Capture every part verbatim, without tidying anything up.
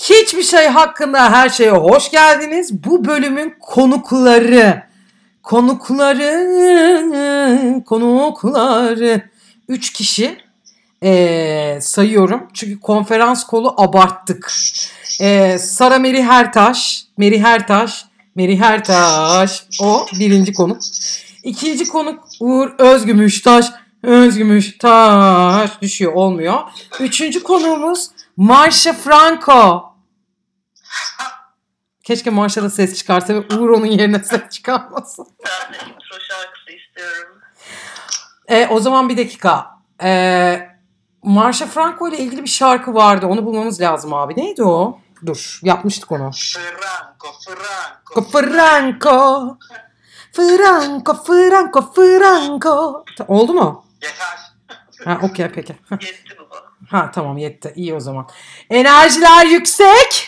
Hiçbir şey hakkında her şeye hoş geldiniz. Bu bölümün konukları, konukları, konukları, üç kişi ee, sayıyorum. Çünkü konferans kolu abarttık. Ee, Sara Meri Hertaş, Meri Hertaş, Meri Hertaş, o birinci konuk. İkinci konuk Uğur Özgümüştaş, Özgümüştaş düşüyor, olmuyor. Üçüncü konuğumuz Marsha Franco. Keşke Marsha da ses çıkarsa ve Uğur onun yerine ses çıkarmasın. Ben de intro şarkısı istiyorum. E, o zaman bir dakika. E, Marsha Franco ile ilgili bir şarkı vardı. Onu bulmamız lazım abi. Neydi o? Dur, yapmıştık onu. Franco, Franco. Franco. Franco, Franco, Franco. Oldu mu? Yeter. Ha, okey, peki. Yetti bu. Ha, tamam, yetti. İyi o zaman. Enerjiler yüksek.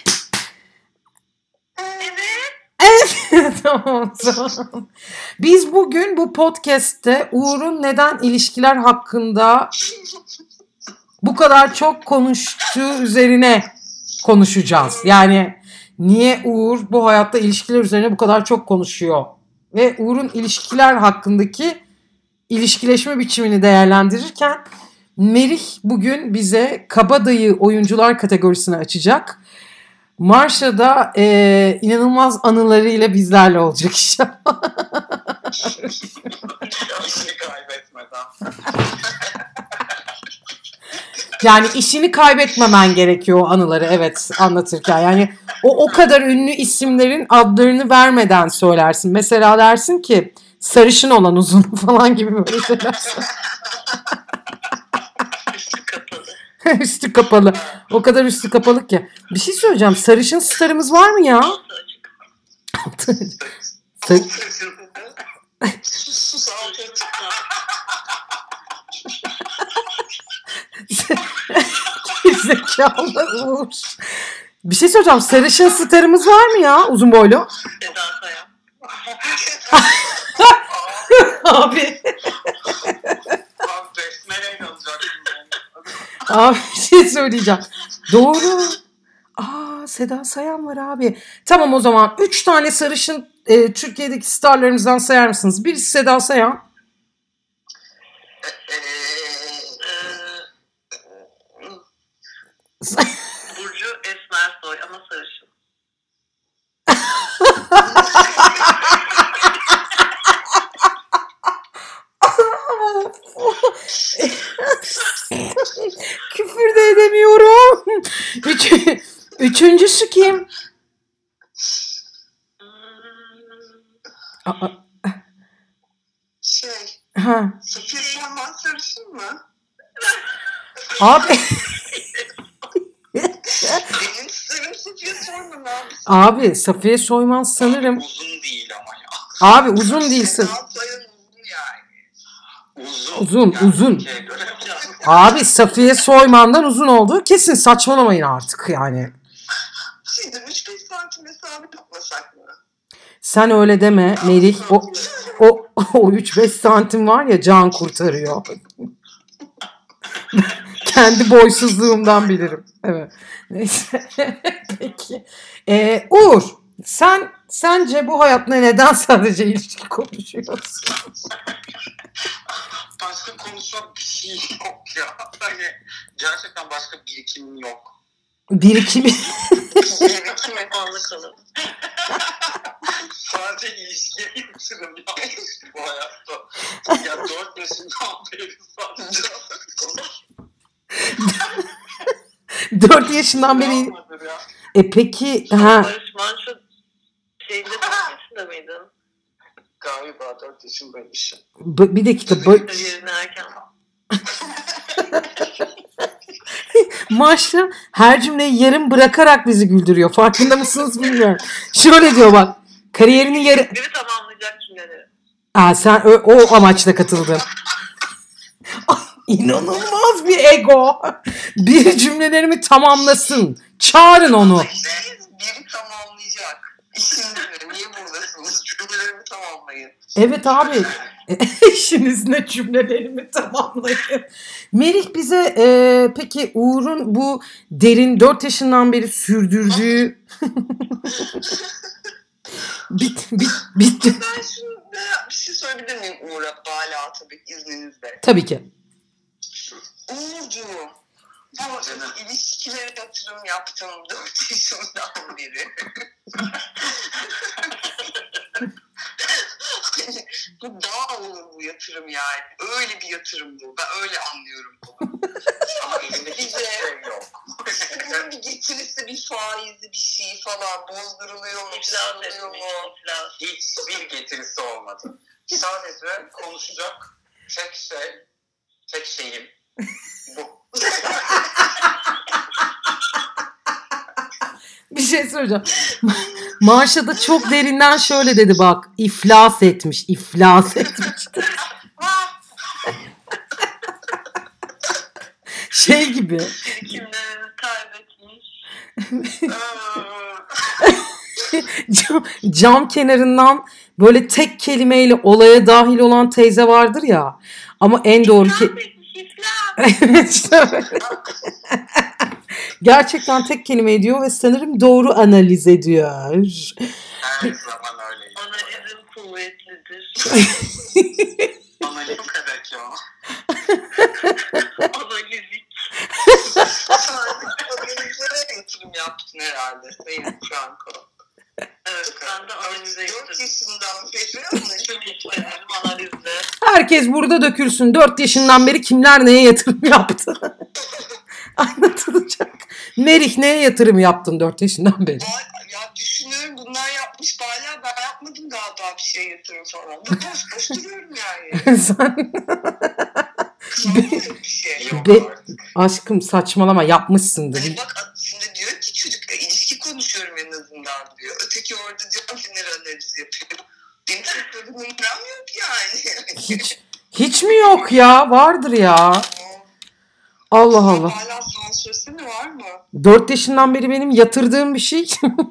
Evet. Evet. Tamam o zaman. Biz bugün bu podcast'te Uğur'un neden ilişkiler hakkında bu kadar çok konuştuğu üzerine konuşacağız. Yani niye Uğur bu hayatta ilişkiler üzerine bu kadar çok konuşuyor? Ve Uğur'un ilişkiler hakkındaki ilişkileşme biçimini değerlendirirken Merih bugün bize kabadayı oyuncular kategorisini açacak. Marsha da e, inanılmaz anılarıyla bizlerle olacak inşallah. İşini kaybetmeden. Yani işini kaybetmemen gerekiyor o anıları, evet, anlatırken. Yani o o kadar ünlü isimlerin adlarını vermeden söylersin. Mesela dersin ki sarışın olan uzun falan gibi böyle şeyler. Üstü kapalı. Üstü kapalı. O kadar üstü kapalı ki. Bir şey söyleyeceğim. Sarışın starımız var mı ya? Altı açık. Sar- Sus altı açık. Zekalı Uğur. Bir şey söyleyeceğim. Sarışın starımız var mı ya? Uzun boylu. Seda Sayan. Abi. Abi besmeleyle alacaktım ben. Abi bir şey söyleyeceğim. Doğru. Aa, Seda Sayan var abi. Tamam o zaman. Üç tane sarışın e, Türkiye'deki starlarımızdan sayar mısınız? Birisi Seda Sayan. Burcu Esmersoy ama sarışın. Küfür de edemiyorum. Üç, üçüncüsü kim? Aa, Şey, ha. Safiye Soyman sarışın mı? Abi. Benim sarım Safiye Soyman abi. Abi Safiye Soyman sanırım. Uzun değil ama ya. Abi uzun değilsin. Seda Sayan uzun yani. Uzun. Uzun, Yani uzun. Türkiye'ye göre. Abi Safiye Soyman'dan uzun olduğu kesin, saçmalamayın artık yani. Şimdi üç beş santim hesabı yapmasak mı? Sen öyle deme Merih. O o o üç beş santim var ya, can kurtarıyor. Kendi boysuzluğumdan bilirim. Evet. Neyse. Peki. Ee, Uğur, sen sence bu hayatta neden sadece ilişki konuşuyorsun? Başka konuşmak bir şey yok ya. Hani gerçekten başka birikimim yok. Birikimi. Birikime bağlı kalın. Sadece ilişkiye yatırım yapmış bu hayatta. Ya dört yaşından beri sadece Dört yaşından beri. E peki ha. Barış Manço şeyinde dört yaşında mıydın? Galiba dört yaşındaymışım. B- bir dakika. B- Kariyerine erken. Maşa her cümleyi yarım bırakarak bizi güldürüyor. Farkında mısınız bilmiyorum. Şöyle diyor bak. Kariyerini yarı... Biri tamamlayacak cümleleri. Aa, sen o, o amaçla katıldın. İnanılmaz bir ego. Bir cümlelerimi tamamlasın. Çağırın onu. Biri tamamlayacak. İşin niye buradasınız? Cümlelerimi tamamlayın. Evet abi. Eşiniz ne cümlelerimi tamamlayın. Merih bize e, peki Uğur'un bu derin dört yaşından beri sürdürdüğü bit bit bitti. Ben şunu bir şey söyleyebilir miyim Uğur'a? Hala tabii izninizle. Tabii ki. Uğurcuğum, bu ilişkilere yatırım yaptım dört yaşından beri. Hani, bu daha olur bu yatırım yani. Öyle bir yatırım bu. Ben öyle anlıyorum bunu. Ama bize yok. Bunun bir getirisi, bir faizi, bir şey falan bozduruluyor mu? Bozduruluyor mu? Hiçbir getirisi olmadı. Sadece konuşacak tek şey, tek şeyim bu. Bir şey söyleyeceğim. Maşa da çok derinden şöyle dedi bak. İflas etmiş, iflas etmiş. Şey gibi. Birikimlerini kaybetmiş. cam, cam kenarından böyle tek kelimeyle olaya dahil olan teyze vardır ya. Ama en doğru ki... Evet işte öyle. Gerçekten tek kelime ediyor ve sanırım doğru analiz ediyor. Her zaman öyle. Analizim kuvvetlidir. Analiz kadar o. Analizik. Analizlere yatırım yaptın herhalde Sayın Franco. Evet, ben de analize yaptım. dört yaşından beri analizde. Herkes burada dökülsün. dört yaşından beri kimler neye yatırım yaptı? Anlatılacak. Merih neye yatırım yaptın dört yaşından beri? Ya düşünüyorum bunlar yapmış hala ben yapmadım galiba bir şey yatırım falan. Boş boş duruyorum yani. Sen... Be, bir şey yok be, aşkım saçmalama yapmışsındır. Hani bak şimdi diyor ki çocuk ilişki konuşuyorum en azından diyor. Öteki orada cam kenarı analiz yapıyor. Benim çocuklarımın numaram yok yani. Hiç, hiç mi yok ya? Vardır ya. Allah Allah. Hala sansürse mi var mı? dört yaşından beri benim yatırdığım bir şey.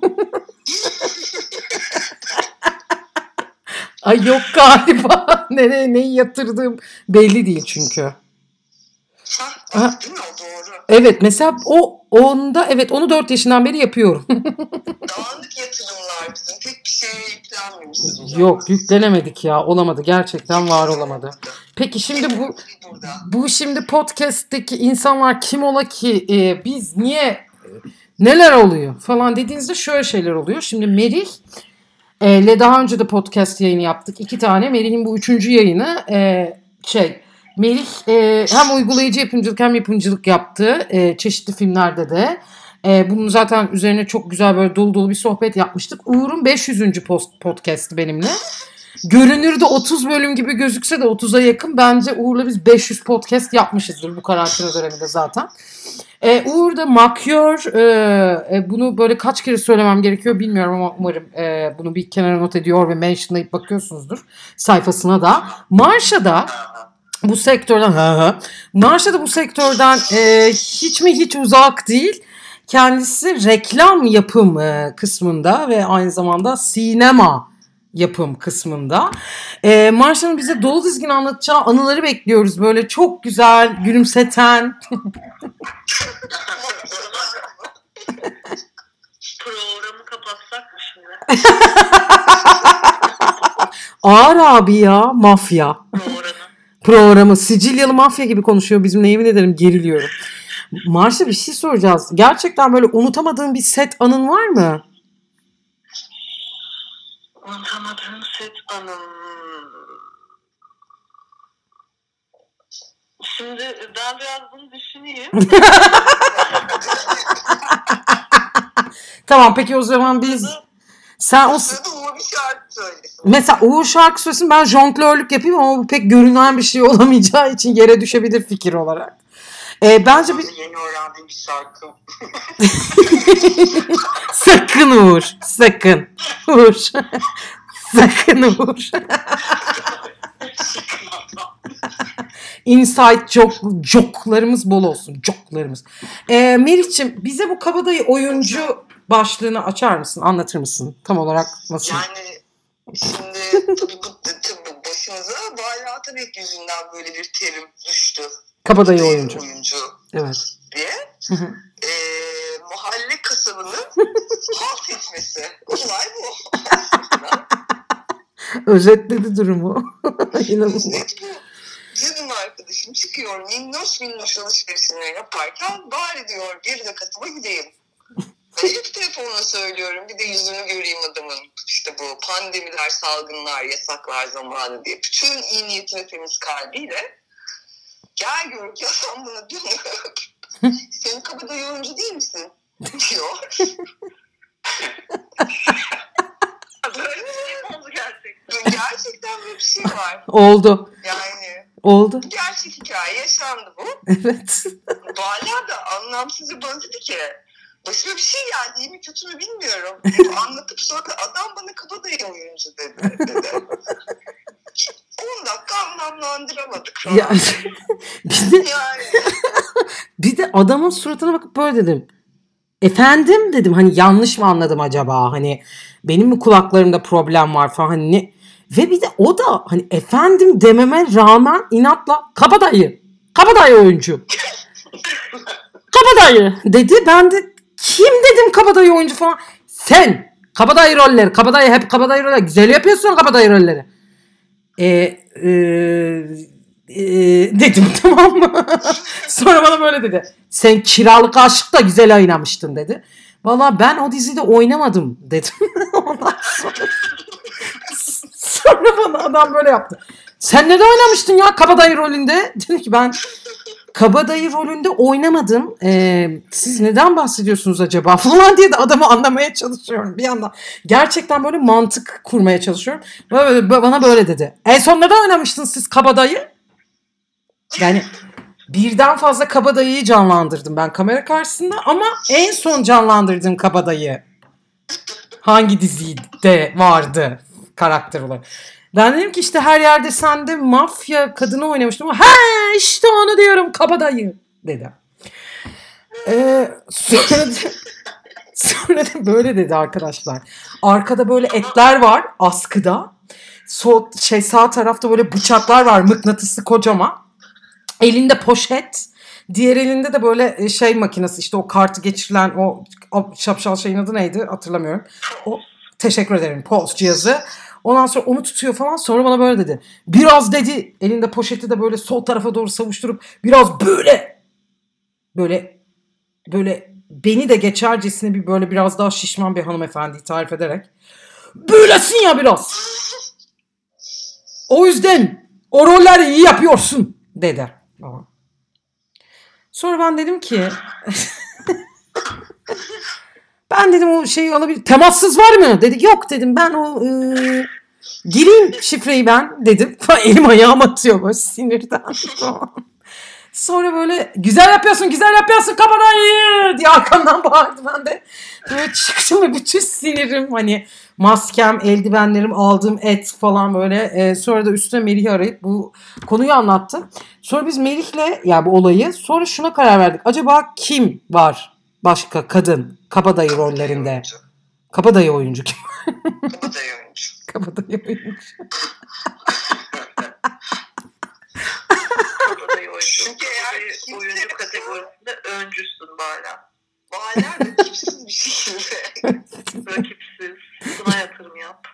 Ay yok galiba. Nereye neyi yatırdığım belli değil çünkü. Ha, ha. Değil mi o doğru? Evet mesela o onda evet onu dört yaşından beri yapıyorum. Dağınık yatırımlar bizim. Pek bir şeye yüklenmemişiz. Yok yüklenemedik ya. Olamadı. Gerçekten var olamadı. Peki şimdi bu bu şimdi podcast'teki insanlar kim ola ki e, biz niye neler oluyor falan dediğinizde şöyle şeyler oluyor. Şimdi Merih ile daha önce de podcast yayını yaptık. İki tane. Merih'in bu üçüncü yayını e, şey Merih e, hem uygulayıcı yapımcılık hem yapımcılık yaptı. E, çeşitli filmlerde de. E, bunun zaten üzerine çok güzel böyle dolu dolu bir sohbet yapmıştık. Uğur'un beş yüzüncü post podcast'ı benimle. Görünürde otuz bölüm gibi gözükse de otuza yakın. Bence Uğur'la biz beş yüz podcast yapmışızdır bu karantina döneminde zaten. E, Uğur da makyör. E, e, bunu böyle kaç kere söylemem gerekiyor bilmiyorum ama umarım e, bunu bir kenara not ediyor ve mentionlayıp bakıyorsunuzdur sayfasına da. Marşa da bu sektörden Marşa da bu sektörden e, hiç mi hiç uzak değil. Kendisi reklam yapım e, kısmında ve aynı zamanda sinema yapım kısmında. E, Marşa'nın bize dolu dizgin anlatacağı anıları bekliyoruz. Böyle çok güzel, gülümseten. Programı kapatsak mı şimdi? Ağır abi ya, mafya. Programı. Programı. Sicilyalı mafya gibi konuşuyor. Bizimle yemin ederim geriliyorum. Marş'a bir şey soracağız. Gerçekten böyle unutamadığın bir set anın var mı? Unutamadığım set anım. Şimdi ben biraz bunu düşüneyim. Tamam peki o zaman biz... Sen o... Mesela Uğur şarkı söylesin ben jonglörlük yapayım ama bu pek görünen bir şey olamayacağı için yere düşebilir fikir olarak. Ee, bence bir... Yeni öğrendiğim bir şarkı. Sakın Uğur. Sakın. Uğur. Sakın Uğur. Inside joke, joke'larımız bol olsun. Joke'larımız. Ee, Meriç'im bize bu kabadayı oyuncu başlığını açar mısın? Anlatır mısın? Tam olarak nasıl? Yani şimdi tabii bu, tabii karşımıza. Bala Atabek yüzünden böyle bir terim düştü. Kabadayı oyuncu. oyuncu. Evet. Diye. e, mahalle kasabının halt etmesi. Olay bu. Özetledi durumu. İnanılmaz. Özet bu. Canım arkadaşım çıkıyor minnoş minnoş alışverişini yaparken bari diyor bir de kasaba gideyim. Ben hep telefonla söylüyorum bir de yüzünü göreyim adamın. İşte bu pandemiler, salgınlar, yasaklar zamanı diye. Bütün iyi niyeti ve temiz kalbiyle gel gör ki adam buna dönüp sen kabadayı oyuncu değil misin? Diyor. Böyle bir şey oldu gerçekten. Gerçekten böyle bir şey var. Oldu. Yani. Oldu. Gerçek hikaye yaşandı bu. Evet. Bala da anlamsızca bana dedi ki başıma bir şey geldi iyi mi kötü mü bilmiyorum. Anlatıp sonra adam bana kabadayı oyuncu dedi. dedi. on dakika anlamlandıramadık. Ya, bir de, yani. bir de adamın suratına bakıp böyle dedim. Efendim dedim, hani yanlış mı anladım acaba, hani benim mi kulaklarımda problem var falan, hani ne? Ve bir de o da hani efendim dememe rağmen inatla kabadayı kabadayı oyuncu kabadayı dedi. Ben de kim dedim kabadayı oyuncu falan, sen kabadayı rolleri kabadayı hep kabadayı rolleri güzel yapıyorsun kabadayı rolleri e, e, e, dedim tamam mı? Sonra bana böyle dedi, sen Kiralık Aşık'ta güzel oynamıştın dedi. Valla ben o dizide oynamadım dedim. Ondan sonra, sonra bana adam böyle yaptı. Sen ne de oynamıştın ya kabadayı rolünde? Dedim ki ben kabadayı rolünde oynamadım. Ee, siz neden bahsediyorsunuz acaba falan diye de adamı anlamaya çalışıyorum bir yandan. Gerçekten böyle mantık kurmaya çalışıyorum. Böyle, bana böyle dedi. En son neden oynamıştınız siz kabadayı? Yani birden fazla kabadayıyı canlandırdım ben kamera karşısında ama en son canlandırdığım kabadayı hangi dizide vardı karakter olarak? Ben dedim ki işte Her Yerde Sende mafya kadını oynamıştım ama he işte onu diyorum kabadayı dedi. Ee, sonra, da, sonra da böyle dedi arkadaşlar. Arkada böyle etler var askıda. Sol, şey, sağ tarafta böyle bıçaklar var mıknatıslı kocaman. Elinde poşet. Diğer elinde de böyle şey makinesi, işte o kartı geçirilen o, o şapşal şeyin adı neydi hatırlamıyorum. O, teşekkür ederim, P O S cihazı. Ondan sonra onu tutuyor falan, sonra bana böyle dedi. Biraz dedi, elinde poşeti de böyle sol tarafa doğru savuşturup biraz böyle böyle böyle beni de geçercesine bir böyle biraz daha şişman bir hanımefendiyi tarif ederek böylesin ya biraz. O yüzden o rolleri iyi yapıyorsun dedi. Sonra ben dedim ki ben dedim o şeyi alabilir. Temassız var mı? Dedi yok dedim. Ben o e, gireyim şifreyi ben dedim. Elim ayağım atıyor böyle sinirden. Sonra böyle güzel yapıyorsun güzel yapıyorsun kabadayı diye arkamdan bağırdı. Ben de böyle çıktım ve bütün sinirim, hani maskem, eldivenlerim, aldığım et falan böyle. E, sonra da üstüne Melih'i arayıp bu konuyu anlattım. Sonra biz Melih'le yani bu olayı sonra şuna karar verdik. Acaba kim var başka kadın kabadayı rollerinde? Kabadayı oyuncu kim? Kabadayı oyuncu. Kabadayı oyuncu. Kabadayı oyuncu. Çünkü eğer kimse... oyuncu kategorisinde öncüsün Bala. Bala rakipsiz bir şekilde. Rakipsiz. Buna yatırım yap.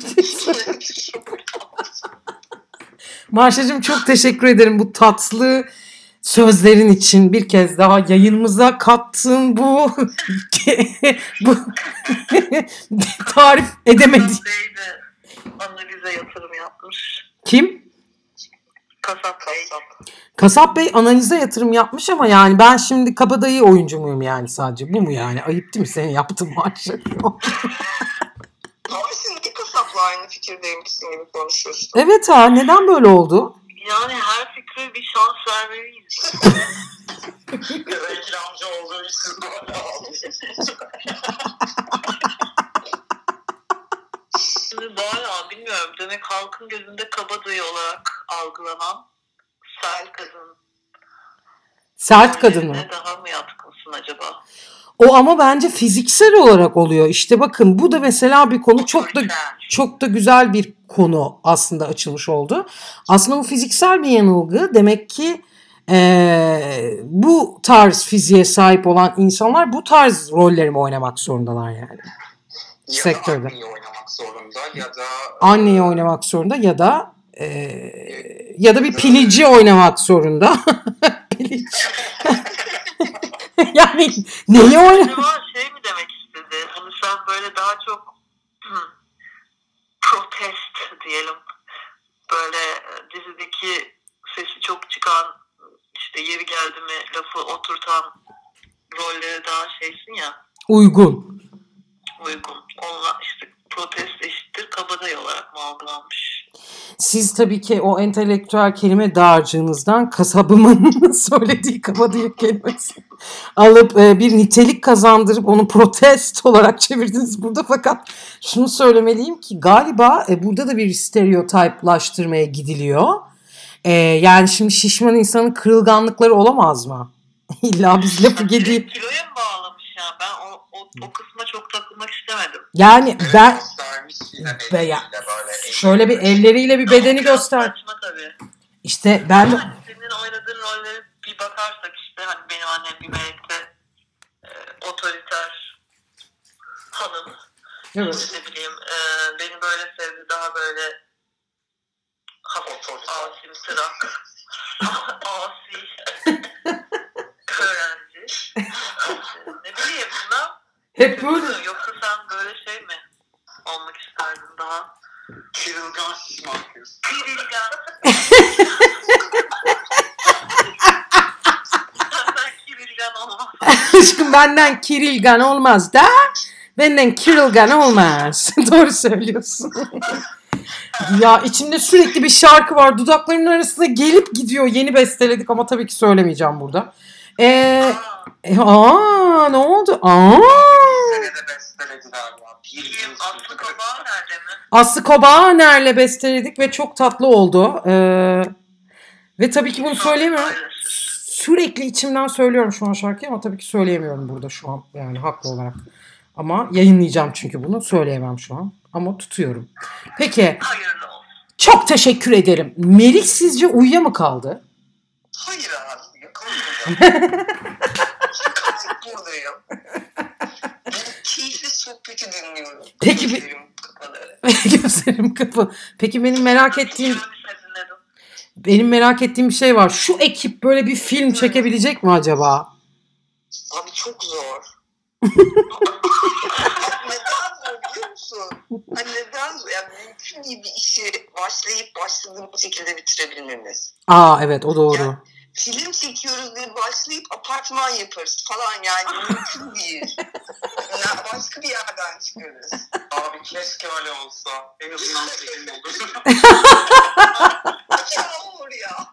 Marşacığım çok teşekkür ederim bu tatlı sözlerin için. Bir kez daha yayınımıza kattığın bu bu tarif edemedim. Bey de analize yatırım yapmış. Kim? Kasap kasap. Kasap Bey analize yatırım yapmış ama yani ben şimdi kabadayı oyuncu muyum yani sadece? Bu mu yani? Ayıp değil mi senin yaptığın Marşa? Ama şimdi kasapla aynı fikirdeymişsin gibi konuşuyorsun. Evet ha, neden böyle oldu? Yani her fikre bir şans vermeliyiz. Ya da ikramcı olduğu için böyle Şimdi bayağı bilmiyorum. Demek halkın gözünde kabadayı olarak algılanan sert kadın. Sert kadın mı? Daha mı yatkınsın acaba? O ama bence fiziksel olarak oluyor. İşte bakın bu da mesela bir konu, çok da çok da güzel bir konu aslında açılmış oldu. Aslında bu fiziksel bir yanılgı. Demek ki eee, bu tarz fiziğe sahip olan insanlar bu tarz rolleri mi oynamak zorundalar yani? Ya Sektörde. da anneyi oynamak zorunda ya da Anneyi oynamak zorunda ya da eee, ya da bir pilici oynamak zorunda. Pilici. Yani neyi oynamak? Acaba şey mi demek istedi? Hani sen böyle daha çok protest diyelim. Böyle dizideki sesi çok çıkan, işte yeri geldi mi lafı oturtan rollere daha şeysin ya. Uygun. Uygun. Onunla işte protest eşittir kabadayı olarak mı algılanmış? Siz tabii ki o entelektüel kelime dağarcığınızdan kasabımın söylediği kabadayı kelimesi alıp e, bir nitelik kazandırıp onu protest olarak çevirdiniz burada. Fakat şunu söylemeliyim ki galiba e, burada da bir stereotiplaştırmaya gidiliyor. E, yani şimdi şişman insanın kırılganlıkları olamaz mı? İlla biz lafı gediği... Kiloya mı bağlamış ya? Ben o, o, o kısma çok takılmak istemedim. Yani evet, ben... Be ya, şöyle bir elleriyle bir bedeni göster. Saçma tabii. İşte ben de... Yani senin oynadığın rollere bir bakarsak işte hani benim annem bir melekte e, otoriter hanım. Evet. Ne bileyim e, beni böyle sevdi, daha böyle hafif asi sırak. Asi öğrenci. Ne bileyim bunlar. Hep böyle. Yoksa sen böyle şey mi olmak isterdin daha? Kırılgan şişman kız. Kırılgan. Senden kirilgan olmaz. Aşkım benden kirilgan olmaz da benden kirilgan olmaz. Doğru söylüyorsun. Ya içimde sürekli bir şarkı var. Dudaklarımın arasında gelip gidiyor. Yeni besteledik ama tabii ki söylemeyeceğim burada. Ee, e, aa ne oldu? Aa. Senede bestelediler ya. Bir yıl Aslı Kobağı nerede mi? Aslı Kobağaner'le besteledik ve çok tatlı oldu. Ee, ve tabii ki bunu söyleyemiyorum. Sürekli içimden söylüyorum şu an şarkıyı ama tabii ki söyleyemiyorum burada şu an. Yani haklı olarak. Ama yayınlayacağım çünkü bunu. Söyleyemem şu an. Ama tutuyorum. Peki. Hayırlı olsun. Çok teşekkür ederim. Melih sizce uyuya mı kaldı? Hayır abi. Yakalayacağım. Buradayım. Bu keyifli sohbeti dinliyorum. Peki, Gözlerim kapalı. Gözlerim kapalı. Peki benim merak ettiğim benim merak ettiğim bir şey var. Şu ekip böyle bir film çekebilecek mi acaba? Abi çok zor. Neden zor biliyor musun? Hani neden zor? Yani mümkün değil bir işi başlayıp başladığımız şekilde bitirebilmemiz. Aa evet o doğru. Yani, film çekiyoruz diye başlayıp apartman yaparız falan yani mümkün değil. Yani başka bir yerden çıkarız. Abi keşke öyle olsa. En azından film olur. Ne olur ya.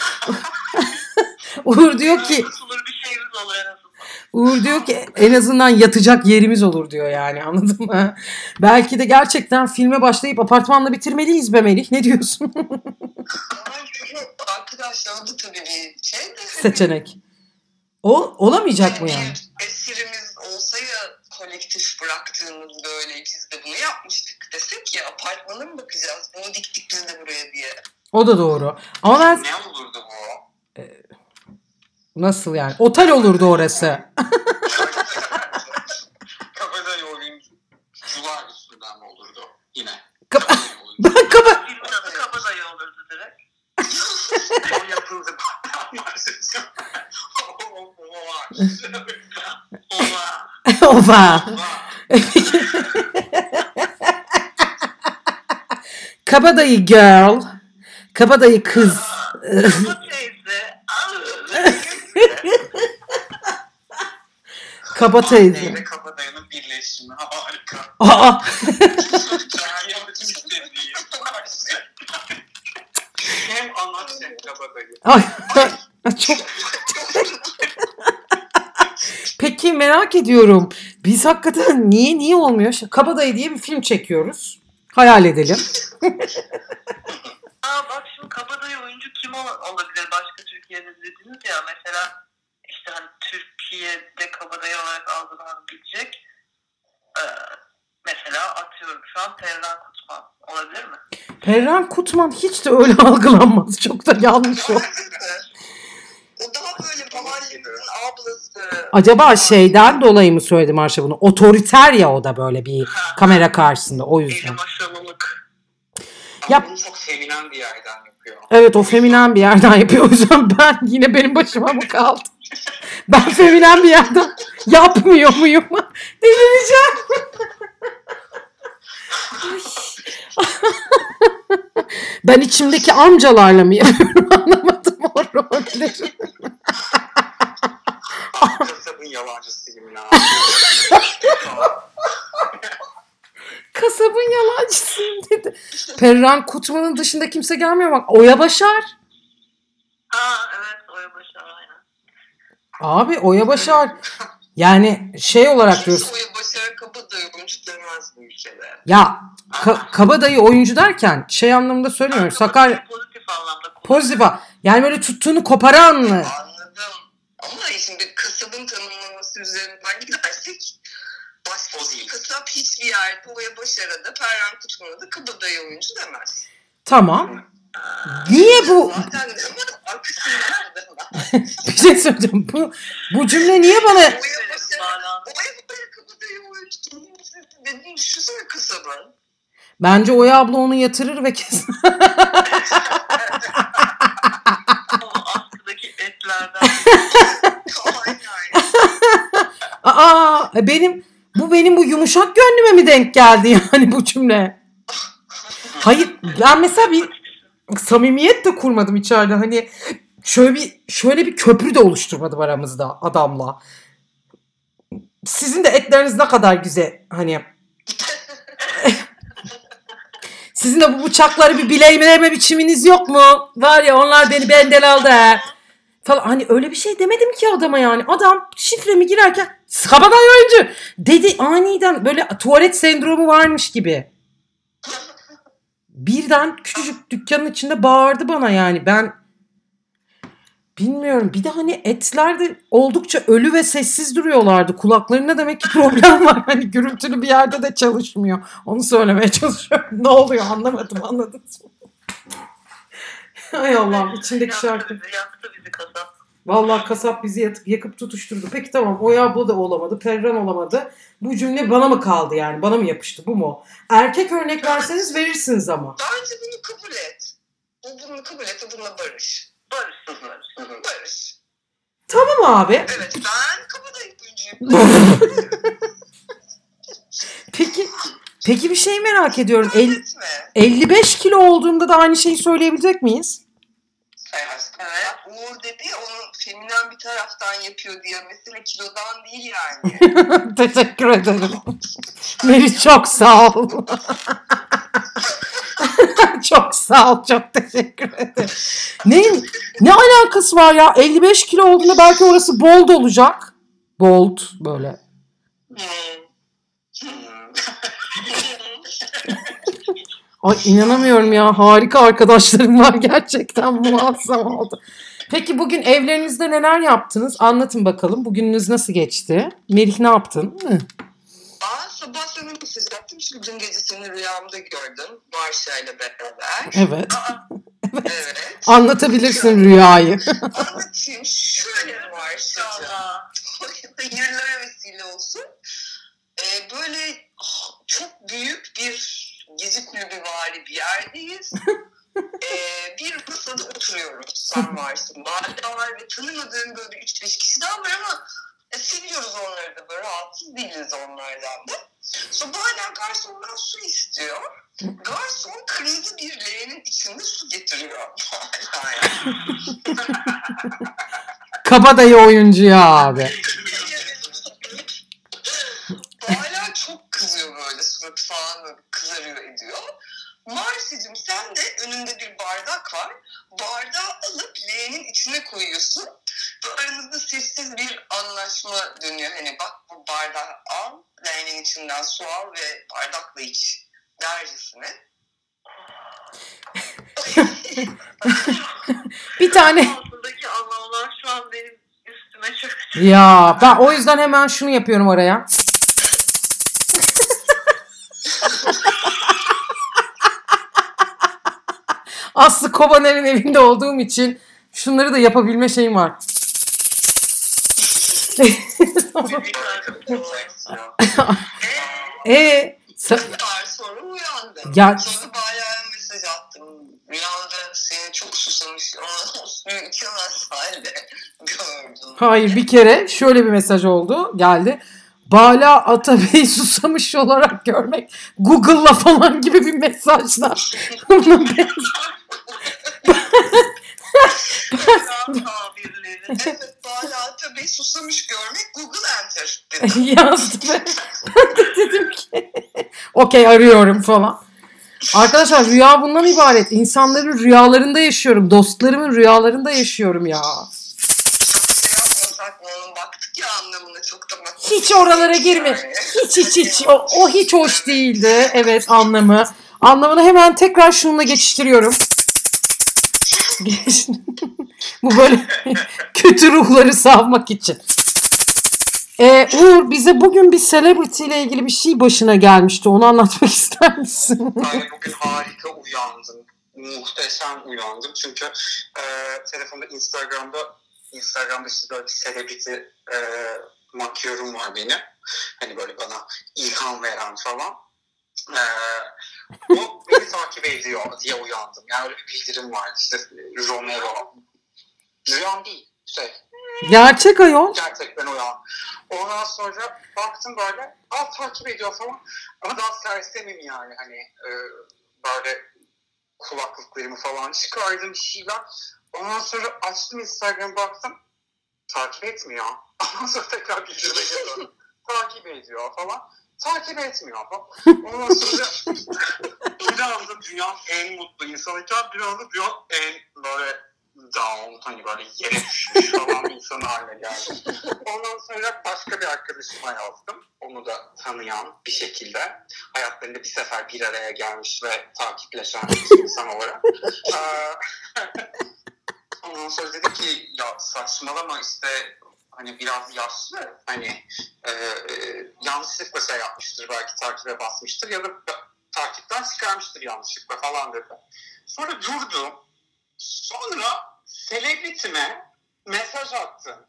Uğur diyor ki Tutulur bir şeyimiz olur en azından. Uğur diyor ki en azından yatacak yerimiz olur diyor yani, anladın mı? Belki de gerçekten filme başlayıp apartmanla bitirmeliyiz be Melih. Ne diyorsun? Arkadaşlar o da tabii bir şey de. Seçenek. O olamayacak mı yani? Bir esirimiz olsa ya kolektif bıraktığımız böyle biz de bunu yapmıştık desek ya apartmana mı bakacağız? Bunu diktik biz de buraya diye. O da doğru. Ama ben... Ne olurdu bu? Ee, nasıl yani? Otel olurdu orası. Kabadayı oyuncular üstünden mi olurdu yine? Kaba... Ben kaba... Filmin adı Kabadayı olurdu direkt. O yapıldı. Oha. Ova. Kabadayı girl. Kabadayı kız. Kaba teyze. Kaba teyze. Anneyle kabadayının birleşimi. Harika. Aa. Hem anaç hem kabadayı. Ay, çok. Peki merak ediyorum. Biz hakikaten niye niye olmuyor? Şimdi Kabadayı diye bir film çekiyoruz. Hayal edelim. Aa bak şimdi Kabadayı oyuncu kim olabilir başka Türkiye'de dediğiniz ya mesela işte hani Türk ilişkiye de kabadayı olarak algılanabilecek. Ee, mesela atıyorum şu an Perran Kutman olabilir mi? Perran Kutman hiç de öyle algılanmaz. Çok da yanlış o. O daha böyle mahallemizin ablası. Acaba şeyden dolayı mı söyledi Marşa bunu? Otoriter ya o da böyle bir kamera karşısında o Eli yüzden. maşalılık. Ama Yap. bunu çok feminen bir yerden yapıyor. Evet o feminen bir yerden yapıyor. O yüzden ben yine benim başıma mı kaldı? Ben feminen bir yerden yapmıyor muyum? Delireceğim. Ben içimdeki amcalarla mı yapıyorum anlamadım o rolleri. Kasabın yalancısıyım ya. Kasabın yalancısıyım dedi. Perran Kutman'ın dışında kimse gelmiyor bak. Oya Başar. Ha evet Oya Başar aynen. Abi Oya Başar. Yani şey olarak diyoruz. Kimse Oya Başar'a kabadayı oyuncu demez bu ülkede. Ya ka- kabadayı oyuncu derken şey anlamında söylemiyorum. Sakar Pozitif anlamda. pozitif. Yani böyle tuttuğunu koparan mı? Anladım. Ama şimdi kasabın tanımlaması üzerinden gidersek başka kasap hiçbir yerde Oya Başar'a da Perran Kutman'a da kabadayı oyuncu demez. Tamam. Niye bu? Zaten demez. Arkasından da demez. Bir şey söyleyeceğim. Bu, bu cümle niye bana... Oya Başar'a Oya Başar'a kabadayı oyuncu dediğini düşünsene kasabın. Bence Oya abla onu yatırır ve kesin. O askıdaki etlerden. Aynen. Aa benim bu benim bu yumuşak gönlüme mi denk geldi yani bu cümle? Hayır ben mesela bir samimiyet de kurmadım içeride. Hani şöyle bir şöyle bir köprü de oluşturmadım aramızda adamla. Sizin de etleriniz ne kadar güzel hani. Sizin de bu bıçakları bir bileğime biçiminiz yok mu? Var ya onlar beni benden aldı ha. Falan. Hani öyle bir şey demedim ki adama yani. Adam şifremi girerken kabadayı oyuncu dedi aniden böyle tuvalet sendromu varmış gibi. Birden küçücük dükkanın içinde bağırdı bana yani ben bilmiyorum. Bir de hani etler de oldukça ölü ve sessiz duruyorlardı. Kulaklarında demek ki problem var. Hani gürültülü bir yerde de çalışmıyor. Onu söylemeye çalışıyorum. Ne oluyor anlamadım anladınız mı? Hay Allah'ım içindeki Yaktı şarkı. bizi, yaktı bizi kasap. Vallahi kasap bizi yatıp, yakıp tutuşturdu. Peki tamam Oya abla da olamadı. Perran olamadı. Bu cümle bana mı kaldı yani? Bana mı yapıştı? Bu mu? Erkek örnek verseniz verirsiniz ama. Bence bunu kabul et. Bu bunu kabul et, bununla barış. Barış, barış. Barış. Tamam abi. Evet ben kabadayı oyuncuyum. Peki peki bir şey merak ediyorum. El, Etme. elli beş kilo olduğunda da aynı şeyi söyleyebilecek miyiz? Evet. Evet. Uğur dedi ya onu feminen bir taraftan yapıyor diye. Mesela kilodan değil yani. Teşekkür ederim. Meriç çok sağ ol. Çok sağ ol. Çok teşekkür ederim. Ne, ne alakası var ya? elli beş kilo olduğunda belki orası bold olacak. Bold böyle. Hmm. Hmm. Ay inanamıyorum ya. Harika arkadaşlarım var. Gerçekten muazzam oldu. Peki bugün evlerinizde neler yaptınız? Anlatın bakalım. Bugününüz nasıl geçti? Melih ne yaptın? Hı. Aa, sabah sana mesaj attım. Şimdi dün gece seni rüyamda gördüm. Marşa ile beraber. Evet. Evet. Anlatabilirsin rüyayı. Anlatayım. Şöyle Marşa'cığım. İnşallah. Hayırlara vesile olsun. Ee, böyle oh, çok büyük bir gezi kulübü vari bir yerdeyiz. ee, bir masada oturuyoruz. Sen varsın. Bade var ve tanımadığım böyle üç beş kişi daha var ama e, seviyoruz onları da böyle rahatsız değiliz onlardan da. Sabahleyin garsondan su istiyor. Garson kırmızı bir leğenin içinde su getiriyor. Kabadayı oyuncu ya abi. Hala çok kızıyor böyle suratı falan böyle kızarıyor ediyor. Marsi'cim sen de önünde bir bardak var. Bardağı alıp leğenin içine koyuyorsun. Ve aranızda sessiz bir anlaşma dönüyor. Hani bak bu bardağı al, leğenin içinden su al ve bardakla iç dercesine. Bir tane Altındaki anlamlar şu an benim üstüne çöktü. Ya ben o yüzden hemen şunu yapıyorum araya. Aslı Kobaner'in evinde olduğum için şunları da yapabilme şeyim var. Eee Yıllar sonra uyandım. Ya- Sonra bayağı mesaj attım. Rüyamda seni çok susamış ama suyu içemez halde gördüm. hayır, bir kere şöyle bir mesaj oldu, geldi. Bala Atabey susamış olarak görmek Google'la falan gibi bir mesajla. Tabirleri. Evet, Bala tabii susamış görmek Google Enter dedim. Yazdı ve ben de dedim ki okey, arıyorum falan. Arkadaşlar, rüya bundan ibaret. İnsanların rüyalarında yaşıyorum. Dostlarımın rüyalarında yaşıyorum ya. Onun baktık ya anlamına çok da bakmadık. Hiç oralara girme. Yani. Hiç hiç hiç. O, o hiç hoş değildi. Evet, anlamı. Anlamını hemen tekrar şununla geçiştiriyorum. Bu böyle kötü ruhları savmak için. Ee, Uğur, bize bugün bir celebrity ile ilgili bir şey başına gelmişti. Onu anlatmak ister misin? Yani bugün harika uyandım. Muhteşem uyandım. Çünkü e, telefonda Instagram'da Instagram'da işte böyle bir celebrity e, makyörüm var benim. Hani böyle bana ilham veren falan. E, o beni takip ediyor diye uyandım. Yani öyle bir bildirim vardı. İşte Romero. Rüyam değil. Şey, Gerçek ayol. gerçekten uyan. Ondan sonra baktım böyle, aa takip ediyor falan. Ama daha sersemim yani hani e, böyle kulaklıklarımı falan çıkardım bir şeyler. Ondan sonra açtım Instagram, baktım takip etmiyor. Ondan sonra tekrar bildirime geliyorum. Takip ediyor falan. Takip etmiyor falan. Ondan sonra bir anda dünyanın en mutlu insanıyken bir anda dünyanın en böyle down, hani böyle yere düşmüş falan bir insan haline geldim. Ondan sonra başka bir arkadaşıma yazdım. Onu da tanıyan bir şekilde. Hayatlarında bir sefer bir araya gelmiş ve takipleşen bir insan olarak. Ee, Ondan sonra dedi ki ya saçmalama işte hani biraz yaşlı, hani e, e, yanlışlıkla şey yapmıştır, belki takibe basmıştır ya da takipten çıkarmıştır yanlışlıkla falan dedi. Sonra durdu. Sonra selebritime mesaj attı.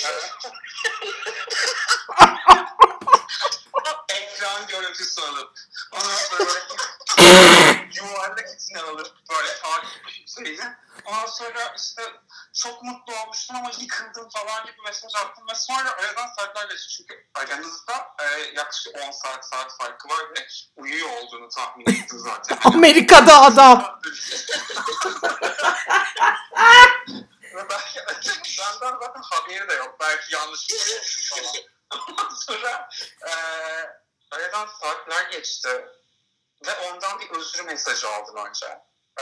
Ekran görüntüsü alıp ondan sonra böyle yuvarlak içine alıp böyle takip şeyini. Ondan sonra işte çok mutlu olmuştum ama yıkıldım falan gibi mesaj attım ve sonra aradan saatler geçti. Çünkü aranızda e, yaklaşık on saat saat farkı var ve uyuyor olduğunu tahmin ettim zaten. Amerika'da adam. Ve belki benden zaten haberi de yok. Belki yanlış bir şey falan. Ondan sonra e, aradan saatler geçti ve ondan bir özür mesajı aldım önce. E,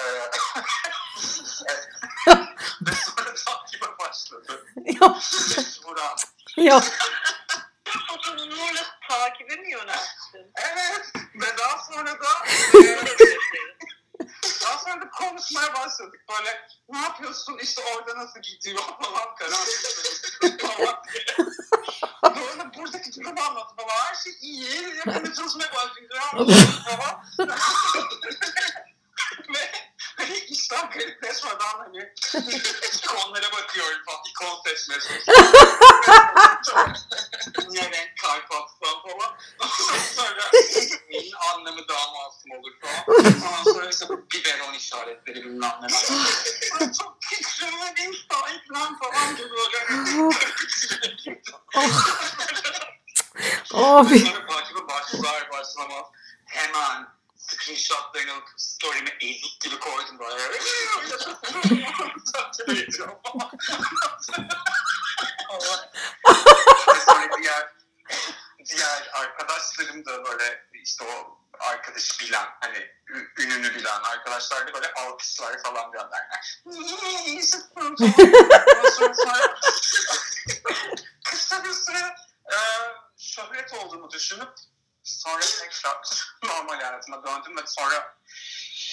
ve sonra takibe başladı. Yok. Burak. Yok. Fotoğraflarla takibe mi yönelttin? Evet. Ve daha sonra da e, daha sonra da konuşmaya başladık. Böyle ne yapıyorsun, işte orada nasıl gidiyor falan, karar falan diye. Böyle buradaki durumu anlattı falan. Her şey iyi. Yakında çalışmaya başlayacağım falan. Ve hani işten garipleşmeden hani ikonlara bakıyorum falan. İkon seçmeye çalışıyorum. Ne renk kalp atsam falan. Ondan sonra neyin anlamı daha masum olur falan. Ondan sonra işte bu biberon işaretleri bilmem neler. Ben çok küçüğüme sahiplen falan gibi böyle. Abi. Sonra takibe başlar başlamaz hemen screenshotlarını alıp story'me ezik gibi koydum böyle. Takip ediyorum falan. Ve sonra diğer, diğer arkadaşlarım da böyle işte o arkadaşı bilen, hani ü- ününü bilen arkadaşlar da böyle alkışlar falan gönderler. Niye iyisin falan. Ondan sonra, sonra kısa bir süre e, şöhret olduğumu düşünüp sonra tekrar normal hayatıma döndüm ve sonra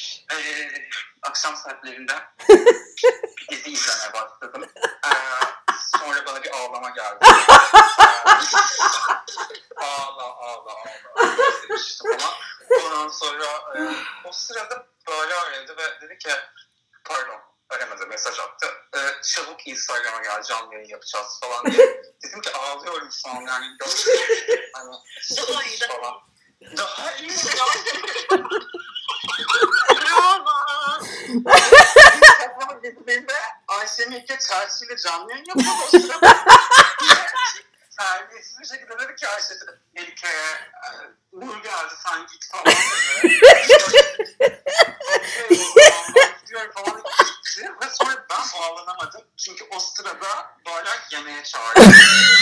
e, akşam saatlerinde bir dizi izlemeye başladım. E, Sonra bana bir ağlama geldi. ağla ağla ağla. İşte falan. Ondan sonra e, o sırada böyle aradı ve dedi ki pardon aramadı mesaj attı. E, çabuk Instagram'a gel canlı yayın yapacağız falan diye. Dedim ki ağlıyorum şu an yani. Hani, Daha iyi falan. Daha iyi Bravo. Dizimde Ayşe Melike Çarşı ile canlı yayın yapıyor o sırada. Terbiyesiz bir şekilde dedi ki Ayşe Melike'ye Uğur geldi sen git falan dedi. Gidiyorum falan gitti ve sonra ben bağlanamadım. Çünkü o sırada böyle yemeğe çağırdı.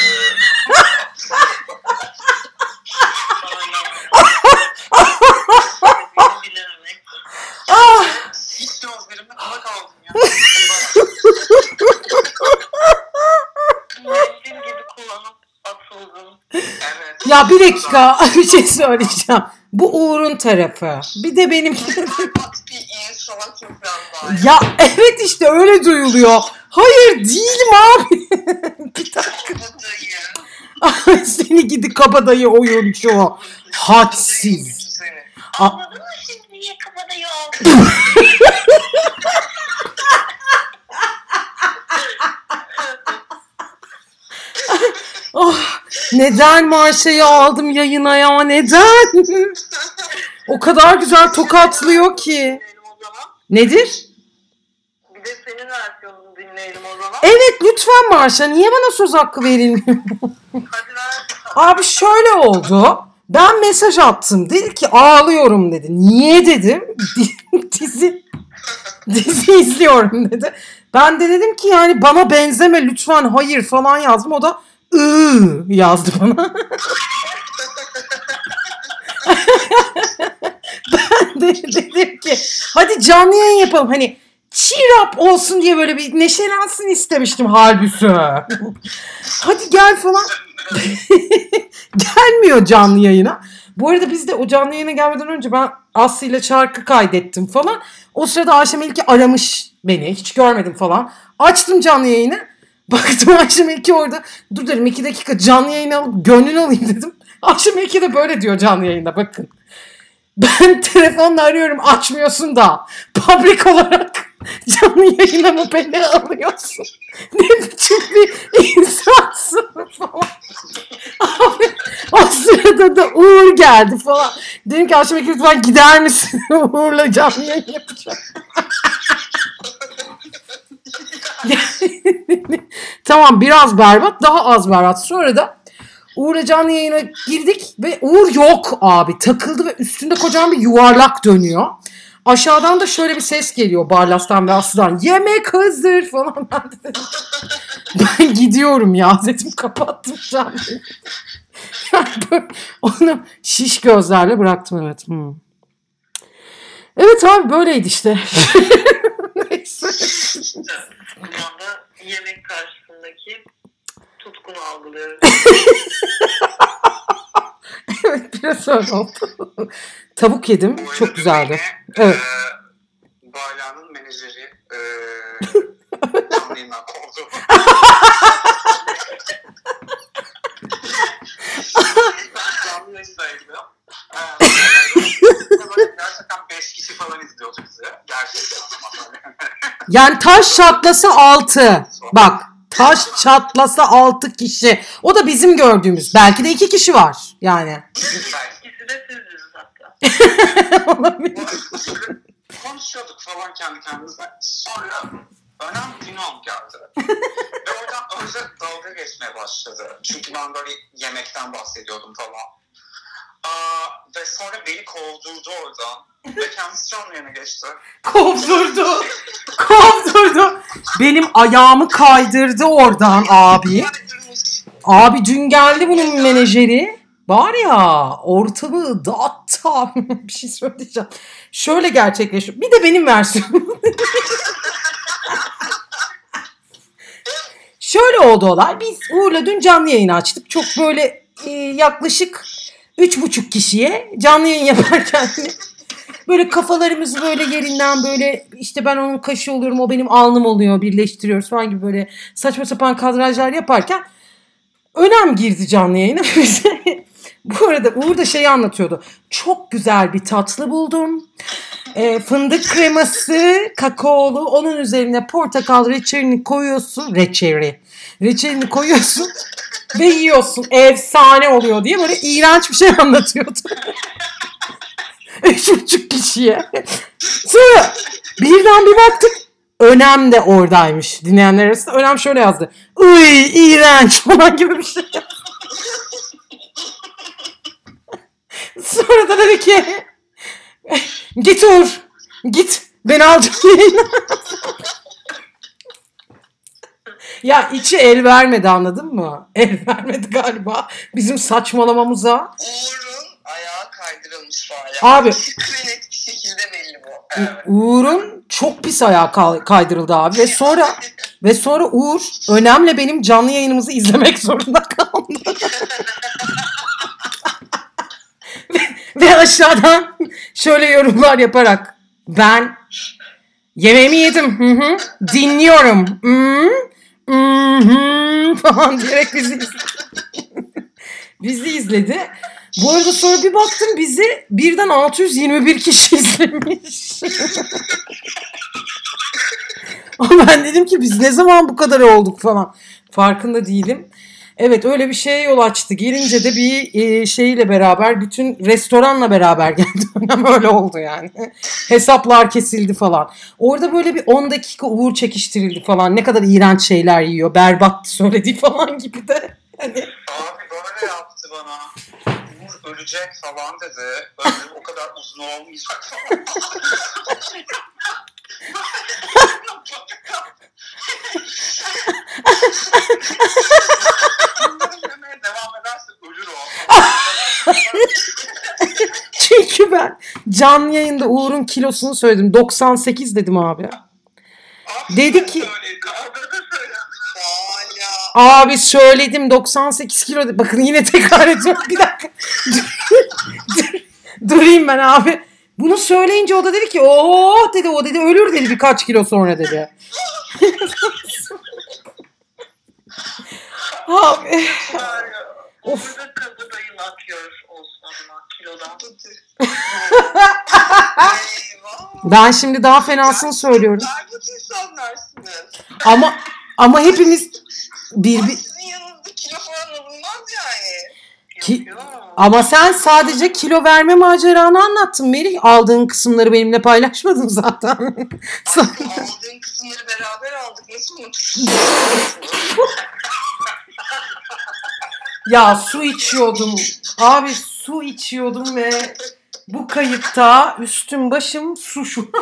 Hiç gözlerimde kala kaldım ya. Mesleğim gibi kullanıp atıldım. Evet. Ya bir dakika bir şey söyleyeceğim. Bu Uğur'un tarafı. Bir de benimki. Berbat bir insana küfren var. Ya evet işte öyle duyuluyor. Hayır değilim abi. Bir dakika. Kabadayı. Ay, seni gidi kabadayı oyuncu. Hadsiz. Seni. Anladın mı şimdi niye kabadayı oldun? Oh, neden Marşa'yı aldım yayına ya neden? O kadar güzel tokatlıyor ki. Dinleyelim o zaman. Nedir? Bir de senin versiyonunu dinleyelim o zaman. Evet lütfen Marşa niye bana söz hakkı verilmiyor? Hadi ver. Abi şöyle oldu. Ben mesaj attım. Dedi ki ağlıyorum dedi. Niye dedim. dizi dizi izliyorum dedi. Ben de dedim ki yani bana benzeme lütfen hayır falan yazdım. O da ıı yazdı bana. Ben de dedim ki hadi canlı yayın yapalım. Hani cheer up olsun diye böyle bir neşelensin istemiştim halbuki. Hadi gel falan. Gelmiyor canlı yayına. Bu arada biz de o canlı yayına gelmeden önce ben Aslı ile şarkı kaydettim falan. O sırada Ayşe Melike aramış beni. Hiç görmedim falan. Açtım canlı yayını. Baktım Ayşe Melike orada. Dur dedim iki dakika canlı yayını alıp gönlünü alayım dedim. Ayşe Melike de böyle diyor canlı yayında bakın. Ben telefonla arıyorum açmıyorsun da. Public olarak canlı yayına mı beni alıyorsun? Ne biçim bir insansın falan. Abi o sırada da Uğur geldi falan. Dedim ki Ayşe Melike lütfen gider misin? Uğur'la canlı yayın yapacağım. Tamam biraz berbat daha az berbat. Sonra da Uğur'la canlı yayına girdik ve Uğur yok abi. Takıldı ve üstünde kocaman bir yuvarlak dönüyor. Aşağıdan da şöyle bir ses geliyor Barlas'tan ve Aslı'dan. Yemek hazır falan. Ben de dedim. Ben gidiyorum ya dedim kapattım canlı. Yani böyle, onu şiş gözlerle bıraktım evet. Hmm. Evet abi böyleydi işte. Neyse. Buradan da yemek karşısındaki tutkunu algılıyorum. Evet biraz öyle oldu. Tavuk yedim. Bu Çok arada güzeldi. beni, Evet. E, Bayla'nın menajeri e, canlı yayından kovdu. Canlı yayındaydı. E, gerçekten beş kişi falan izliyordu bizi. Gerçekten ama böyle. Yani taş çatlasa altı. Bak taş çatlasa altı kişi. O da bizim gördüğümüz. Belki de iki kişi var. Yani. İkisi de siziz hatta. Olabilir. Konuşuyorduk falan kendi kendimize. Sonra önemli bir günüm geldi. Ve oradan Özde dalga geçmeye başladı. Çünkü ben böyle yemekten bahsediyordum falan. Aa, ve sonra beni kovdurdu oradan. Ve kendisi canlı yayına geçti. Kovdurdu. Kovdurdu. Benim ayağımı kaydırdı oradan abi. Abi dün geldi bunun menajeri. Var ya ortalığı dağıttı abi. Bir şey söyleyeceğim. Şöyle gerçekleşiyor. Bir de benim versiyonum. Şöyle oldu olay. Biz Uğur'la dün canlı yayın açtık. Çok böyle e, yaklaşık üç buçuk kişiye canlı yayın yaparken Böyle kafalarımızı böyle yerinden böyle işte ben onun kaşı oluyorum o benim alnım oluyor birleştiriyoruz falan gibi böyle saçma sapan kadrajlar yaparken Önem girdi canlı yayına. Bu arada Uğur da şeyi anlatıyordu. Çok güzel bir tatlı buldum. E, fındık kreması, kakaolu. Onun üzerine portakal reçelini koyuyorsun. Reçeli. Reçelini koyuyorsun ve yiyorsun. Efsane oluyor diye böyle iğrenç bir şey anlatıyordu. Üç buçuk kişiye. Sonra birden bir baktık. Önem de oradaymış dinleyenler arasında. Önem şöyle yazdı. Uy iğrenç falan gibi bir şey. Sonra da dedi ki git Uğur git beni alacağım yayına. Ya içi el vermedi anladın mı? El vermedi galiba bizim saçmalamamıza. Uğur'un ayağı kaydırılmış bayağı. Abi. Şık ve net bir şekilde belli bu. Evet. Uğur'un çok pis ayağı kaydırıldı abi ve sonra ve sonra Uğur Önem'le benim canlı yayınımızı izlemek zorunda kaldı. ve, ve aşağıdan şöyle yorumlar yaparak ben yemeğimi yedim hı hı, dinliyorum hı, hı, hı, falan diyerek bizi izledi. bizi izledi. Bu arada sonra bir baktım bizi birden altı yüz yirmi bir kişi izlemiş. Ama ben dedim ki biz ne zaman bu kadar olduk falan. Farkında değilim. Evet öyle bir şeye yol açtı. Gelince de bir e, şeyle beraber bütün restoranla beraber geldi. Öyle oldu yani. Hesaplar kesildi falan. Orada böyle bir on dakika Uğur çekiştirildi falan. Ne kadar iğrenç şeyler yiyor. Berbat söylediği falan gibi de. Hani... Abi böyle yaptı bana. Uğur ölecek falan dedi. Böyle o kadar uzun olmayacak falan. Yemeye devam ederse ölür o. Çünkü ben canlı yayında Uğur'un kilosunu söyledim. doksan sekiz dedim abi. Abi Dedi ki Hala. abi söyledim doksan sekiz kilo. Bakın yine tekrar ediyorum. Bir dakika. Dur, durayım ben abi. Bunu söyleyince o da dedi ki ooo dedi o dedi ölür dedi birkaç kilo sonra dedi. Abi. Of. Orada kabadayı atıyoruz olsun adına kilodan. Eyvah. Ben şimdi daha fenasını söylüyorum. Berbat insanlarsınız. Ama ama hepimiz bir, bir... Sizin yanınızda kilo falan alınmaz yani. Ki, ama sen sadece kilo verme maceranı anlattın Melih. Aldığın kısımları benimle paylaşmadın zaten. Aldığın kısımları beraber aldık. Nasıl unutursun? Ya su içiyordum. Abi su içiyordum ve bu kayıtta üstüm başım su şu.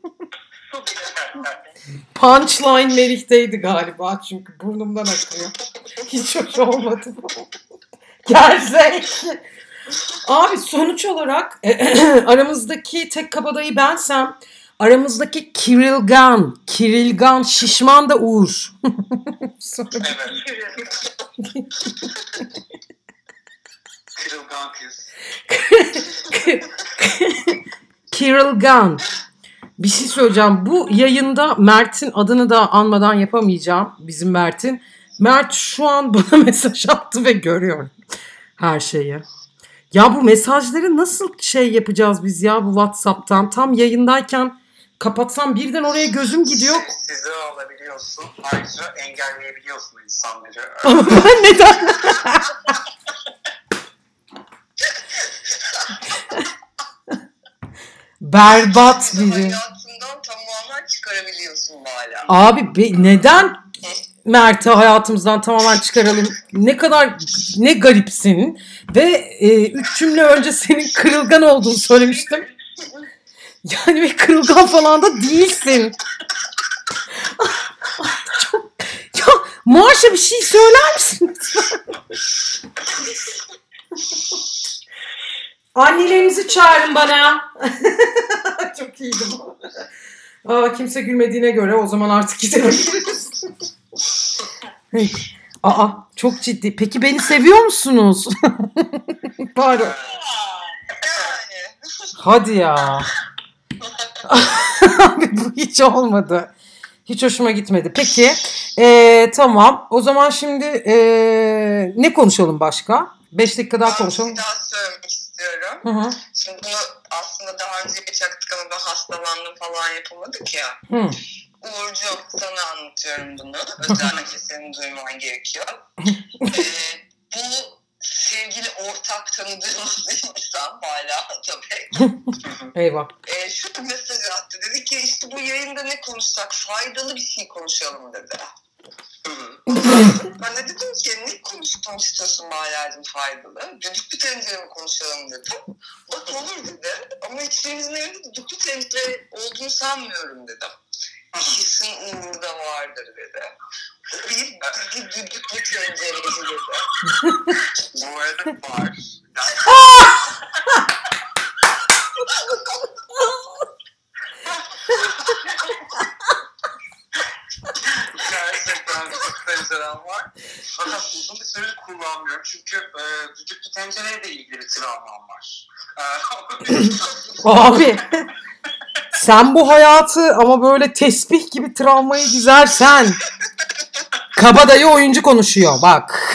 Punchline Melih'teydi galiba çünkü burnumdan akıyor. Hiç hoş olmadı bu. Gerçek. Abi sonuç olarak aramızdaki tek kabadayı bensem aramızdaki Kirilgan, Kirilgan şişman da Uğur. Kırılgan kız. Kirilgan. Bir şey söyleyeceğim. Bu yayında Mert'in adını da anmadan yapamayacağım. Bizim Mert'in. Mert şu an bana mesaj attı ve görüyorum her şeyi. Ya bu mesajları nasıl şey yapacağız biz ya bu WhatsApp'tan? Tam yayındayken kapatsam birden oraya gözüm gidiyor. Sizi alabiliyorsun. Ayrıca engelleyebiliyorsun insanları. Ama ben neden? Berbat biri. Hayatından tamamen çıkarabiliyorsun hala. Abi be, neden Mert'i hayatımızdan tamamen çıkaralım? Ne kadar ne garipsin. Ve e, üç cümle önce senin kırılgan olduğunu söylemiştim. Yani ve kırılgan falan da değilsin. Çok, ya Marşa bir şey söyler misin? Annelerinizi çağırın bana. Çok iyiydi bu. Aa, kimse gülmediğine göre o zaman artık gidebiliriz. Aa, çok ciddi. Peki beni seviyor musunuz? Pardon. Yani. Hadi ya. Abi bu hiç olmadı. Hiç hoşuma gitmedi. Peki ee, tamam. O zaman şimdi ee, ne konuşalım başka? Beş dakika daha Ben konuşalım. bir daha söylemek istiyorum. Hı hı. Şimdi bunu aslında daha önce yapacaktık ama ben hastalandım falan yapamadık ya. Hı. Uğurcuğum sana anlatıyorum bunu. Özellikle senin duyman gerekiyor. ee, bu sevgili ortak tanıdığımız bir insan hala tabii. Eyvah. Ee, şu mesaj attı. Dedi ki işte bu yayında ne konuşsak faydalı bir şey konuşalım dedi. Ben de dedim ki ne konuştum istiyorsun Mahaller'cim faydalı? Düdüklü tencere mi konuşalım dedim. Bak olur dedi. Ama hiçbirimizin evinde düdüklü tencere olduğunu sanmıyorum dedim. Kesin Uğur'da vardır dedi. Bir, bir düdüklü tencereci dedi. Bu arada var. Gerçekten düdüklü tencerem var. Fakat uzun bir süredir kullanmıyorum. Çünkü e, düdüklü tencereyle ilgili bir travmam var. E, Abi sen bu hayatı ama böyle tesbih gibi travmayı dizersen kabadayı oyuncu konuşuyor bak.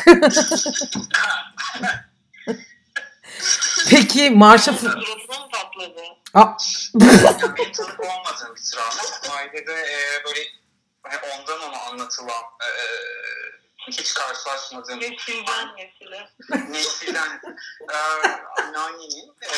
Peki Marşa... Suratına mı patladı? Aa, Yani benim tanık olmadığım bir travma. Ailede e, böyle hani ondan ona anlatılan e, hiç karşılaşmadığım Nesilden nesile. nesilden e, anneannemin e,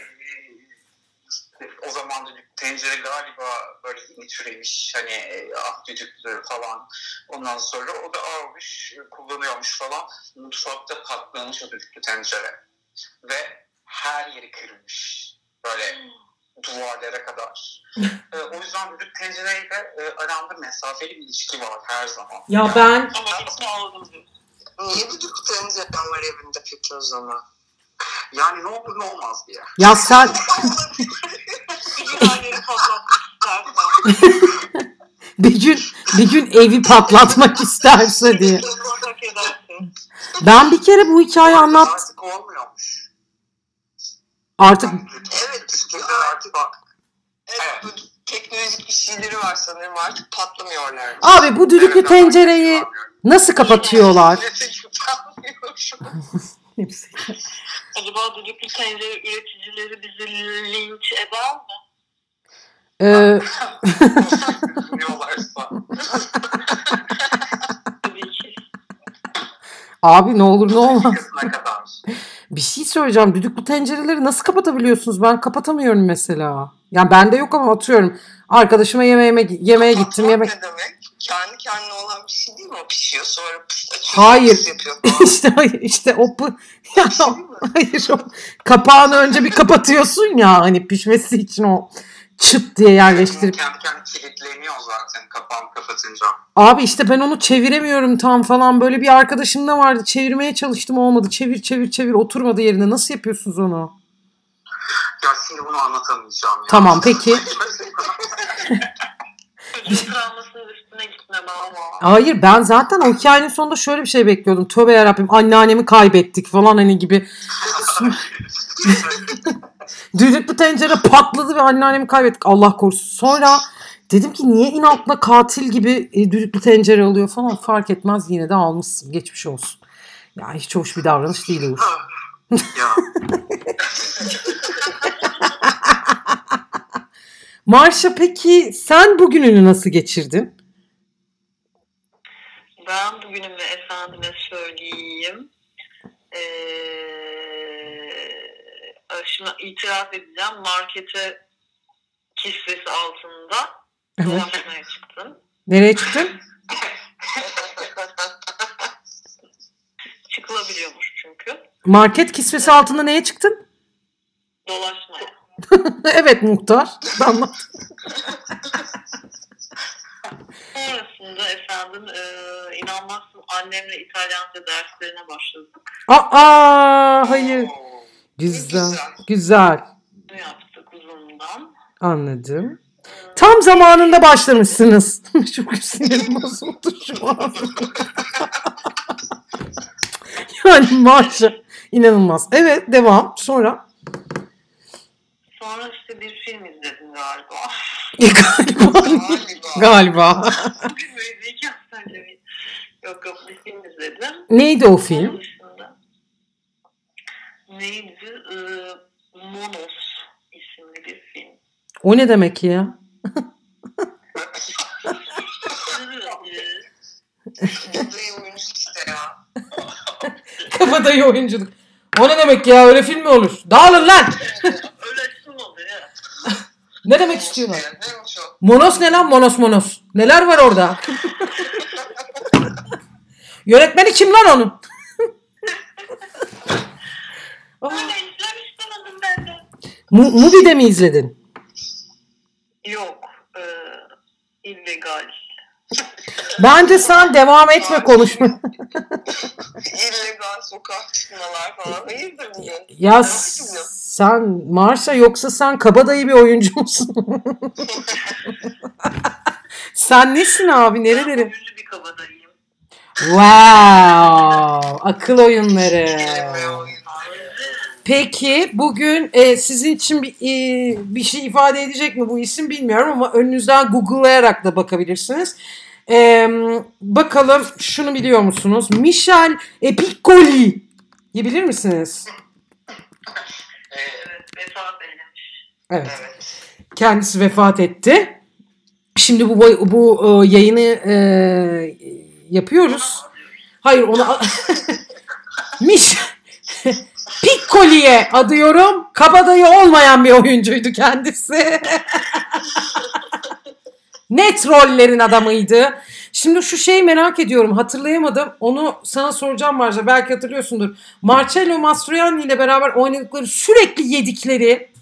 e, o zaman da tencere galiba böyle yeni türemiş hani e, ah düdüklü falan. Ondan sonra o da almış kullanıyormuş falan. Mutfakta patlamış o düdüklü tencere. Ve her yeri kırılmış. Böyle duvarlara kadar. e, o yüzden düdük tencereyle e, aramda mesafeli bir ilişki var her zaman. ya ben Ama hiç sağladım diyor. Niye düdüklü tencerem var evinde peki o zaman? Yani ne olur ne olmaz diye. ya sen Bir her yeri patlatmak istersen. bir gün bir gün evi patlatmak isterse diye. Çok hak edersin. Ben bir kere bu hikayeyi anlat. Artık olmuyormuş. Artık Evet, Güzel artık bak. Evet, bu teknolojik bir şeyleri var sanırım artık patlamıyorlar. abi bu düdüklü Evet, tencereyi artık nasıl kapatıyorlar? Acaba düdüklü tencere üreticileri bizi linç eder mi? Ee, Diyorlarsa. Tabii ki. abi ne olur ne olmaz. Kısmına kadar. Bir şey söyleyeceğim. Düdüklü tencereleri nasıl kapatabiliyorsunuz? Ben kapatamıyorum mesela. Yani bende yok ama atıyorum. Arkadaşıma yemeğime, yemeğe gittim. Kapatmak Yemek... ne demek? Kendi kendine olan bir şey değil mi? O pişiyor sonra pıs açıyor. Hayır. Pıs yapıyor falan. işte hayır, işte o pı... ya, hayır o kapağını önce bir kapatıyorsun ya hani pişmesi için o çıt diye yerleştirip. Kendi kendine kilitleniyor zaten kapağını kapatınca. Abi işte ben onu çeviremiyorum tam falan. Böyle bir arkadaşım da vardı. Çevirmeye çalıştım olmadı. Çevir çevir çevir oturmadı yerine. Nasıl yapıyorsunuz onu? Ya şimdi bunu anlatamayacağım ya. Tamam peki. Çocuk travmasının üstüne gitmem ama. Hayır ben zaten o hikayenin sonunda şöyle bir şey bekliyordum. Tövbe yarabbim anneannemi kaybettik falan hani gibi. Düdüklü tencere patladı ve anneannemi kaybettik. Allah korusun. Sonra dedim ki niye inatla katil gibi e, düdüklü tencere alıyor falan fark etmez yine de almışsın. Geçmiş olsun. Ya hiç hoş bir davranış değil Uğur. Ya. Marşa peki sen bugününü nasıl geçirdin? Ben bugünümü efendime söyleyeyim. Ee, şimdi itiraf edeceğim. Markete kisvesi altında Evet. dolaşmaya çıktım. Nereye çıktın? Çıkılabiliyormuş çünkü. Market kisvesi altında neye çıktın? Dolaşmaya. Evet muhtar. Anlat. Sonrasında efendim e, inanmazsın annemle İtalyanca derslerine başladık. Aa hayır. Oo. Güzel. Güzel. Güzel. Ne yaptık uzundan. Anladım. Tam zamanında başlamışsınız. Çok sinirim bozuldu şu an. Yani Marşa. İnanılmaz. Evet devam. Sonra. Sonra işte bir film izledim galiba. Galiba. Galiba. Galiba. Bugün böyle bir iki hafta önce bir, yok yok bir film izledim. Neydi o Onun film? dışında neydi? Ee, Monos isimli bir film. O ne demek ya? Buradayım oyuncu işte ya. Kabadayı oyunculuk. O ne demek ya? Öyle film mi olur? Dağılın lan! Öyle film oldu ya. Ne demek istiyorlar? Neymiş o? Monos ne lan? Monos monos. Neler var orada? Yönetmeni kim lan onun? Öyle izlemiş tanıdım ben de. Mu- Mubi'de mi izledin? Yok. E, illegal. Bence sen devam etme konuşma. İllegal sokak çıkmalar falan. Hayırdır bugün? Ya sen Marsha yoksa sen kabadayı bir oyuncu musun? Sen nesin abi? Ben Nereleri? oyuncu bir kabadayıyım. Wow! Akıl oyunları. Kelime oyunu. Peki bugün e, sizin için bir, e, bir şey ifade edecek mi bu isim bilmiyorum ama önünüzden Google'layarak da bakabilirsiniz. E, bakalım şunu biliyor musunuz? Michel Piccoli'yi bilir misiniz? Evet. Vefat eylemiş. Evet. Evet. Kendisi vefat etti. Şimdi bu bu e, yayını e, yapıyoruz. Hayır onu Michel Piccoli'ye adıyorum. Kabadayı olmayan bir oyuncuydu kendisi. Net rollerin adamıydı. Şimdi şu şeyi merak ediyorum. Hatırlayamadım. Onu sana soracağım Marca. Belki hatırlıyorsundur. Marcello Mastroianni ile beraber oynadıkları sürekli yedikleri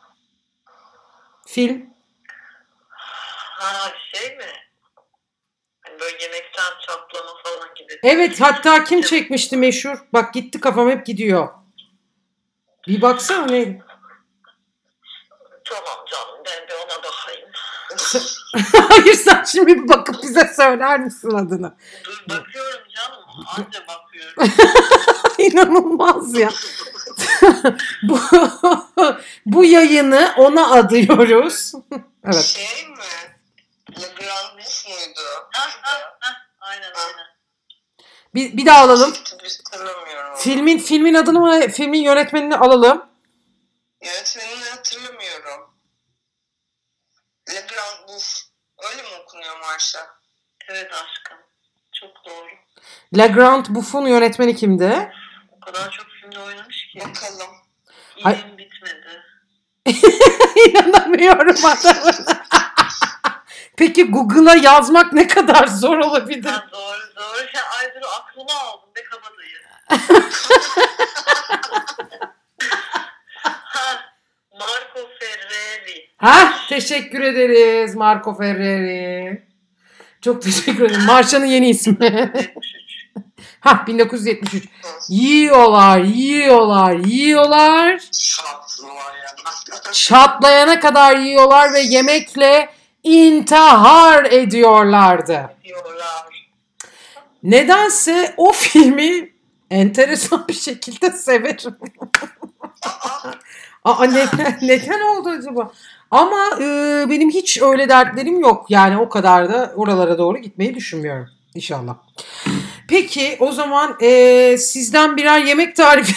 film. Ha şey mi? Hani böyle yemekten çatlama falan gibi. Evet, hatta kim çekmişti meşhur? Bak gitti kafam hep gidiyor. Bir baksana ne? Tamam canım ben bir ona bakayım. Hayır, sen şimdi bir bakıp bize söyler misin adını? Dur bakıyorum canım. Anca bakıyorum. İnanılmaz ya. bu, bu yayını ona adıyoruz. Evet. Şey mi? Le Grand Bus muydu? Ha ha ha. Aynen aynen. Bir, bir daha alalım. Hiç hatırlamıyorum. Filmin filmin adını ve filmin yönetmenini alalım. Yönetmenini hatırlamıyorum. Le Grand Bus. Öyle mi okunuyor Marşa? Evet aşkım. Çok doğru. La Grande Buffoon yönetmeni kimdi? O kadar çok filmde oynamış ki. Bakalım. Ay- İlim bitmedi. İnanamıyorum adamına. Peki Google'a yazmak ne kadar zor olabilir? Ha, doğru doğru. Ya, ay dur aklıma aldım be kabadayı. Ha, Marco Ferreri. Ha, teşekkür ederiz Marco Ferreri. Çok teşekkür ederim. Marsha'nın yeni ismi. yetmiş üç. Ha, bin dokuz yüz yetmiş üç. Yiyorlar, yiyorlar, yiyorlar. Şaplılar ya. Çatlayana kadar yiyorlar ve yemekle intihar ediyorlardı. Diyorlar. Nedense o filmi enteresan bir şekilde severim. Aa, neden, neden oldu acaba? Ama e, benim hiç öyle dertlerim yok. Yani o kadar da oralara doğru gitmeyi düşünmüyorum. İnşallah. Peki o zaman e, sizden birer yemek tarifi.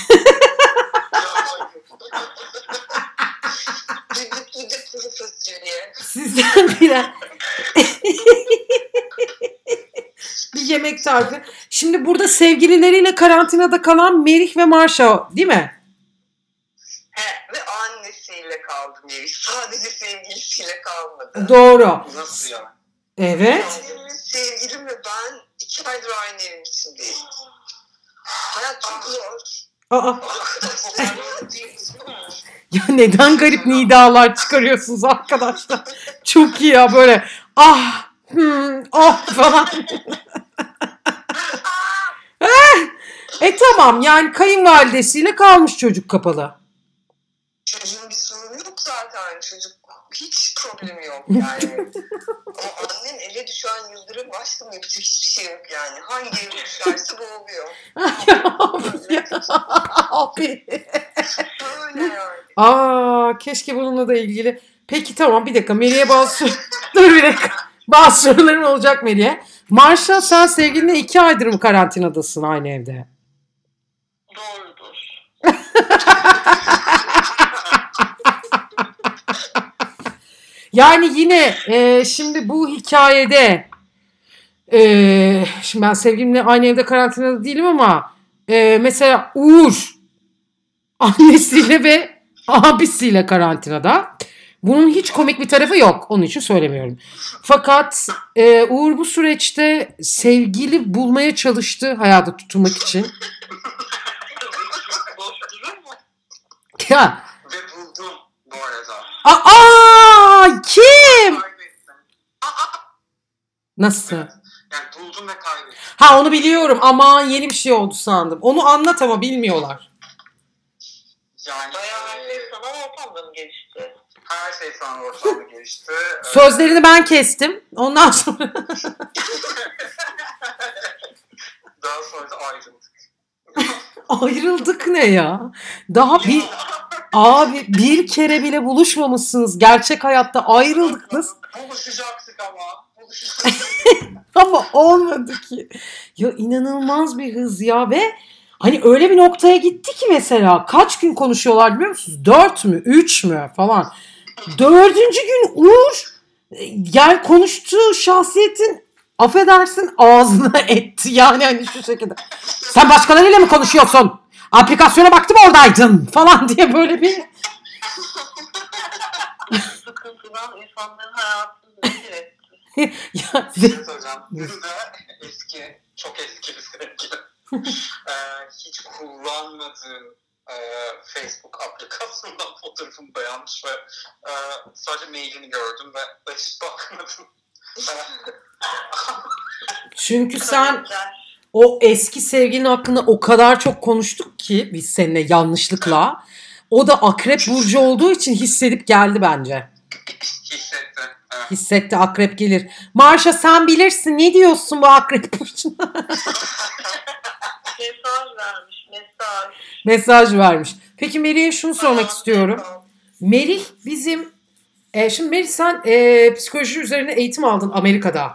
Düdük düdük kuru fasulye. Sizden birer bir yemek tarifi. Şimdi burada sevgilileriyle karantinada kalan Merih ve Marsha değil mi? He, ve annesiyle kaldı Meri. Sadece sevgilisiyle kalmadı. Doğru. Nasıl ya? Evet. Benim sevgilim ve ben iki aydır aynı evin içindeyiz. Hayat çok zor. Aa, Arkadaşlar böyle değil. ya neden garip nidalar çıkarıyorsunuz arkadaşlar? Çok iyi ya böyle ah hmm, oh falan. Eh, e tamam yani kayınvalidesiyle kalmış çocuk kapalı. Çocuğun bir sorunu yok zaten. Çocuk hiç problemi yok yani. Ama annen ele düşen yıldırım aşkım yapacak hiçbir şey yok yani. Hangi ele düşerse bu oluyor. Abi. Öyle yani. Aa, keşke bununla da ilgili. Peki tamam, bir dakika. Melih'e bazı dur bir dakika. Bazı sorularım olacak Melih'e. Marşa, sen sevgilinle iki aydır mı karantinadasın aynı evde? Doğrudur. Yani yine e, şimdi bu hikayede e, şimdi ben sevgilimle aynı evde karantinada değilim ama e, mesela Uğur annesiyle ve abisiyle karantinada. Bunun hiç komik bir tarafı yok. Onun için söylemiyorum. Fakat e, Uğur bu süreçte sevgili bulmaya çalıştı hayatta tutunmak için. Boş durur mu? Ya, Ve buldum bu arada. aa, kim? Kaybettim. Nasıl? Evet. Yani buldum ve kaybettim. Ha, onu biliyorum. Aman, yeni bir şey oldu sandım. Onu anlat ama bilmiyorlar. Yani Bayağı her e, şey sanal ortamda mı gelişti? her şey sanal ortamda gelişti. E, Sözlerini ben kestim. Ondan sonra Daha sonra da ayrıldık. ayrıldık ne ya? Daha bir abi bir kere bile buluşmamışsınız. Gerçek hayatta ayrıldınız. Buluşacaktık ama. Buluşacaktık. Ama olmadı ki. Ya inanılmaz bir hız ya ve hani öyle bir noktaya gitti ki mesela kaç gün konuşuyorlar biliyor musunuz? Dört mü? Üç mü? Falan. Dördüncü gün Uğur e, yani konuştuğu şahsiyetin affedersin ağzına etti. Yani hani şu şekilde. Sen başkalarıyla mı konuşuyorsun? Aplikasyona baktım oradaydın falan diye böyle bir Sıkıntıdan insanların hayatını rezil etti. ya, Bir şey söyleyeceğim. Dün de eski, çok eski bir sevgilim. ee, hiç kullanmadığım e, Facebook aplikasyonundan fotoğrafımı beğenmiş ve e, sadece mailini gördüm ve açıp bakmadım. çünkü sen Karakter. o eski sevgilin hakkında o kadar çok konuştuk ki biz seninle yanlışlıkla. O da akrep burcu olduğu için hissedip geldi bence. Hissetti. Evet. Hissetti, akrep gelir. Marşa, sen bilirsin. Ne diyorsun bu akrep burcuna? Mesaj vermiş. Mesaj. Mesaj vermiş. Peki Melih'e şunu sormak Aa, istiyorum. tamam. Melih bizim... E, şimdi Melih sen e, psikoloji üzerine eğitim aldın Amerika'da.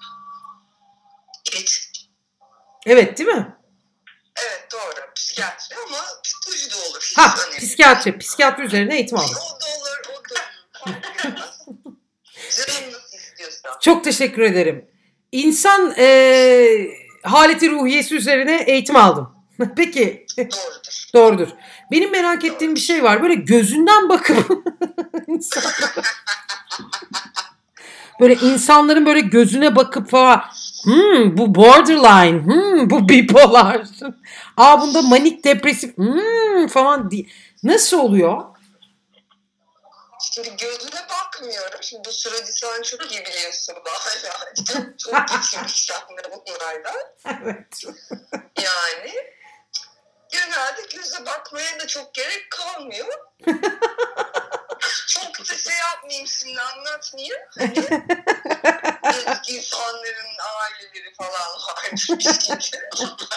Evet. Evet değil mi? Evet doğru. Psikiyatri ama psikoloji de olur. Hiç Ha, önemli. psikiyatri. Psikiyatri üzerine eğitim aldın. O da olur, o da olur. Canım nasıl istiyorsa. Çok teşekkür ederim. İnsan e, haleti ruhiyesi üzerine eğitim aldım. Peki, Doğrudur. doğrudur. Benim merak ettiğim bir şey var. Böyle gözünden bakıp insan- böyle insanların böyle gözüne bakıp falan hmm, bu borderline, hmm, bu bipolar, aa bunda manik depresif hmm, falan diye. Nasıl oluyor? Şimdi gözüne bakmıyorum. Şimdi bu süreci sen çok iyi biliyorsun daha yani. Çok geçirmişler bunlardan. Evet. Yani genelde göze bakmaya da çok gerek kalmıyor. Çok da şey yapmayayım şimdi anlatmayayım. Hani insanların aileleri falan vardır bir şekilde.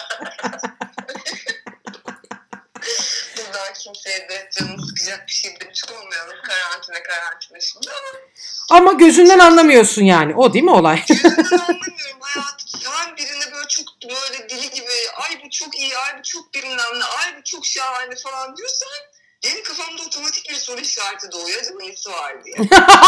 Buradan kimseye de canını sıkacak bir şey demiş olmayalım karantina karantina şimdi ama Ama gözünden anlamıyorsun yani. O değil mi olay? gözümden anlamıyorum hayatı. Sen birine böyle çok böyle deli gibi ay bu çok iyi, ay bu çok bilmem ne, ay bu çok şahane falan diyorsan benim kafamda otomatik bir soru işareti doğuyor. Acaba nesi var diye.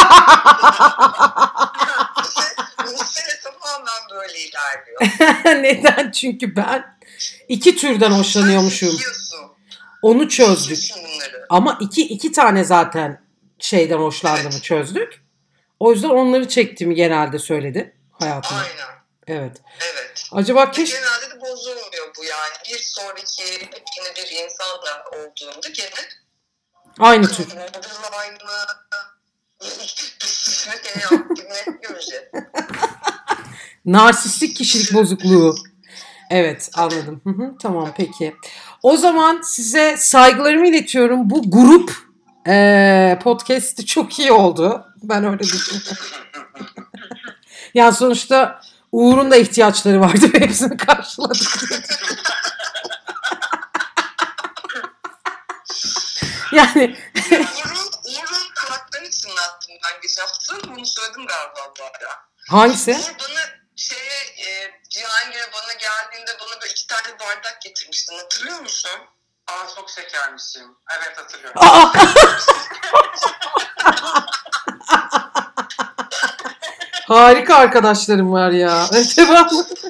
Bu sene tamamen böyle ilerliyor. Neden? Çünkü ben iki türden hoşlanıyormuşum. Sen seçiyorsun. Onu çözdük. Seçiyorsun bunları. Ama iki iki tane zaten şeyden hoşlandığımı Evet. çözdük. O yüzden onları çektiğimi genelde söyledi hayatımda. Aynen. Evet. Evet. Acaba Ve keşke... genelde de bozulmuyor bu yani. Bir sonraki yine bir insanla olduğunda gene Aynı tür. borderline mı ne yaptığını hep göreceğiz. Narsistik kişilik bozukluğu. Evet, anladım. Hı hı, tamam, peki. O zaman size saygılarımı iletiyorum. Bu grup Ee, podcast'i çok iyi oldu. Ben öyle düşünüyorum. Yani sonuçta Uğur'un da ihtiyaçları vardı ve hepsini karşıladık. Yani Uğur'un, Uğur'un karakterini çınlattım ben geçen hafta. Bunu söyledim galiba bu arada. hangisi? Uğur bana şeye, e, Cihangir'e bana geldiğinde bana böyle iki tane bardak getirmiştin. Hatırlıyor musun? Aa çok şekermişim. Evet hatırlıyorum. Aa! Harika arkadaşlarım var ya. Evet, devam.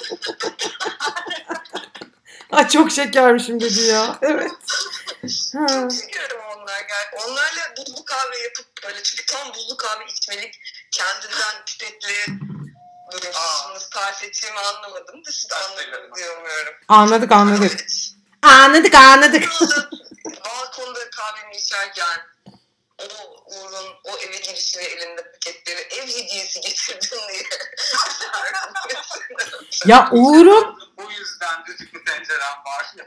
Ay çok şekermişim dedi ya. Evet. Ha. Çok seviyorum onlar. Yani onlarla buzlu kahve yapıp böyle, çünkü tam buzlu kahve içmelik, kendinden pipetli böyle nasıl tarif edeceğimi anlamadım da siz anladınız diye umuyorum. Anladık anladık. Evet. Anladık anladık. Balkonda kahvemi içerken o Uğur'un o eve girişine elinde paketleri ev hediyesi getirdim diye. Ya Uğur'un Bu yüzden düdüklü tencerem var ya.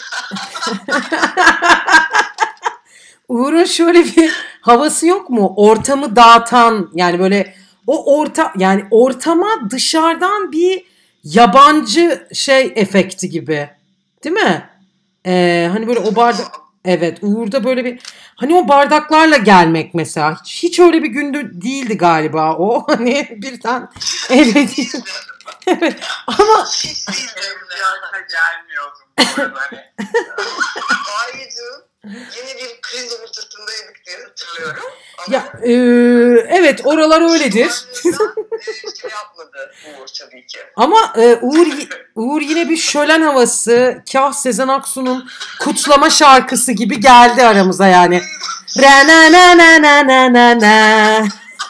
Uğur'un şöyle bir havası yok mu? Ortamı dağıtan, yani böyle o orta, yani ortama dışarıdan bir yabancı şey efekti gibi. Değil mi? Ee, hani böyle o bardak, evet, Uğur'da böyle bir, hani o bardaklarla gelmek mesela hiç, hiç öyle bir gündü değildi galiba o. Hani birden evet. Evet. Ama Hiç değilim Ziyarete gelmiyordum bu arada. Hani. Hayırcığım, yine bir kriz ortasındaydık diye hatırlıyorum. Ama ya e, evet, oralar öyledir. e, şey yapmadı Uğur tabii ki. Ama e, Uğur Uğur yine bir şölen havası, kah Sezen Aksu'nun kutlama şarkısı gibi geldi aramıza yani. Ra na na na na na na na.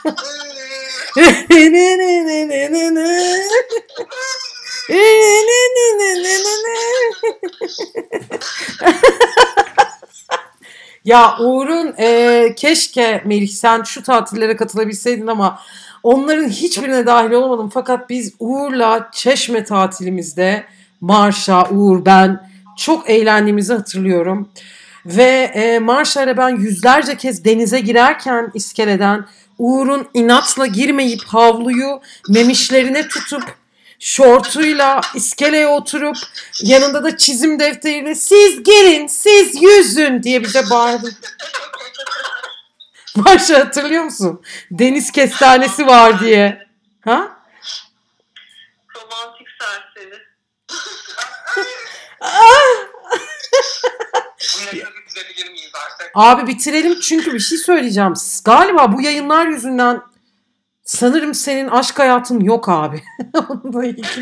Ya Uğur'un e, keşke Melih sen şu tatillere katılabilseydin ama onların hiçbirine dahil olamadım. Fakat biz Uğur'la Çeşme tatilimizde Marşa, Uğur, ben çok eğlendiğimizi hatırlıyorum. Ve e, Marşa ile ben yüzlerce kez denize girerken iskeleden Uğur'un inatla girmeyip havluyu memişlerine tutup şortuyla iskeleye oturup yanında da çizim defteriyle siz girin, siz yüzün diye bize bağırdı. Marşa hatırlıyor musun? Deniz kestanesi var diye. Ha? Romantik serseri. Bu yayını bitirebilir miyiz artık? Abi bitirelim çünkü bir şey söyleyeceğim. Galiba bu yayınlar yüzünden sanırım senin aşk hayatın yok abi. Onunla ilgili.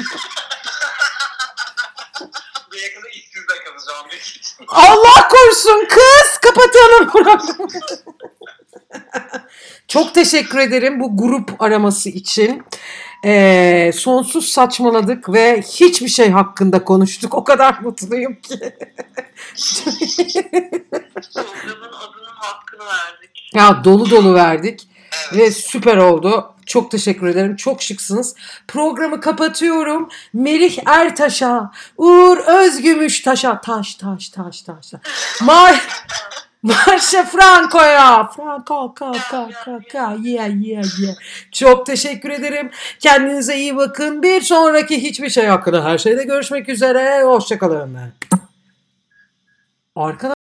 Bu yakında işsiz de kalacağım. Allah korusun kız, kapatalım programı. Çok teşekkür ederim bu grup araması için. Ee, sonsuz saçmaladık ve hiçbir şey hakkında konuştuk. O kadar mutluyum ki. Programın adının hakkını verdik. Ya dolu dolu verdik ve süper oldu. Çok teşekkür ederim. Çok şıksınız. Programı kapatıyorum. Melih Ertaş'a, Uğur Özgümüş taşa, taş taş taş taş. Mar Marşa Franco'ya. Franco, ka ka ka ka. Yeah yeah yeah. Çok teşekkür ederim. Kendinize iyi bakın. Bir sonraki hiçbir şey hakkında her şeyde görüşmek üzere. Hoşçakalın. Arkadaşlar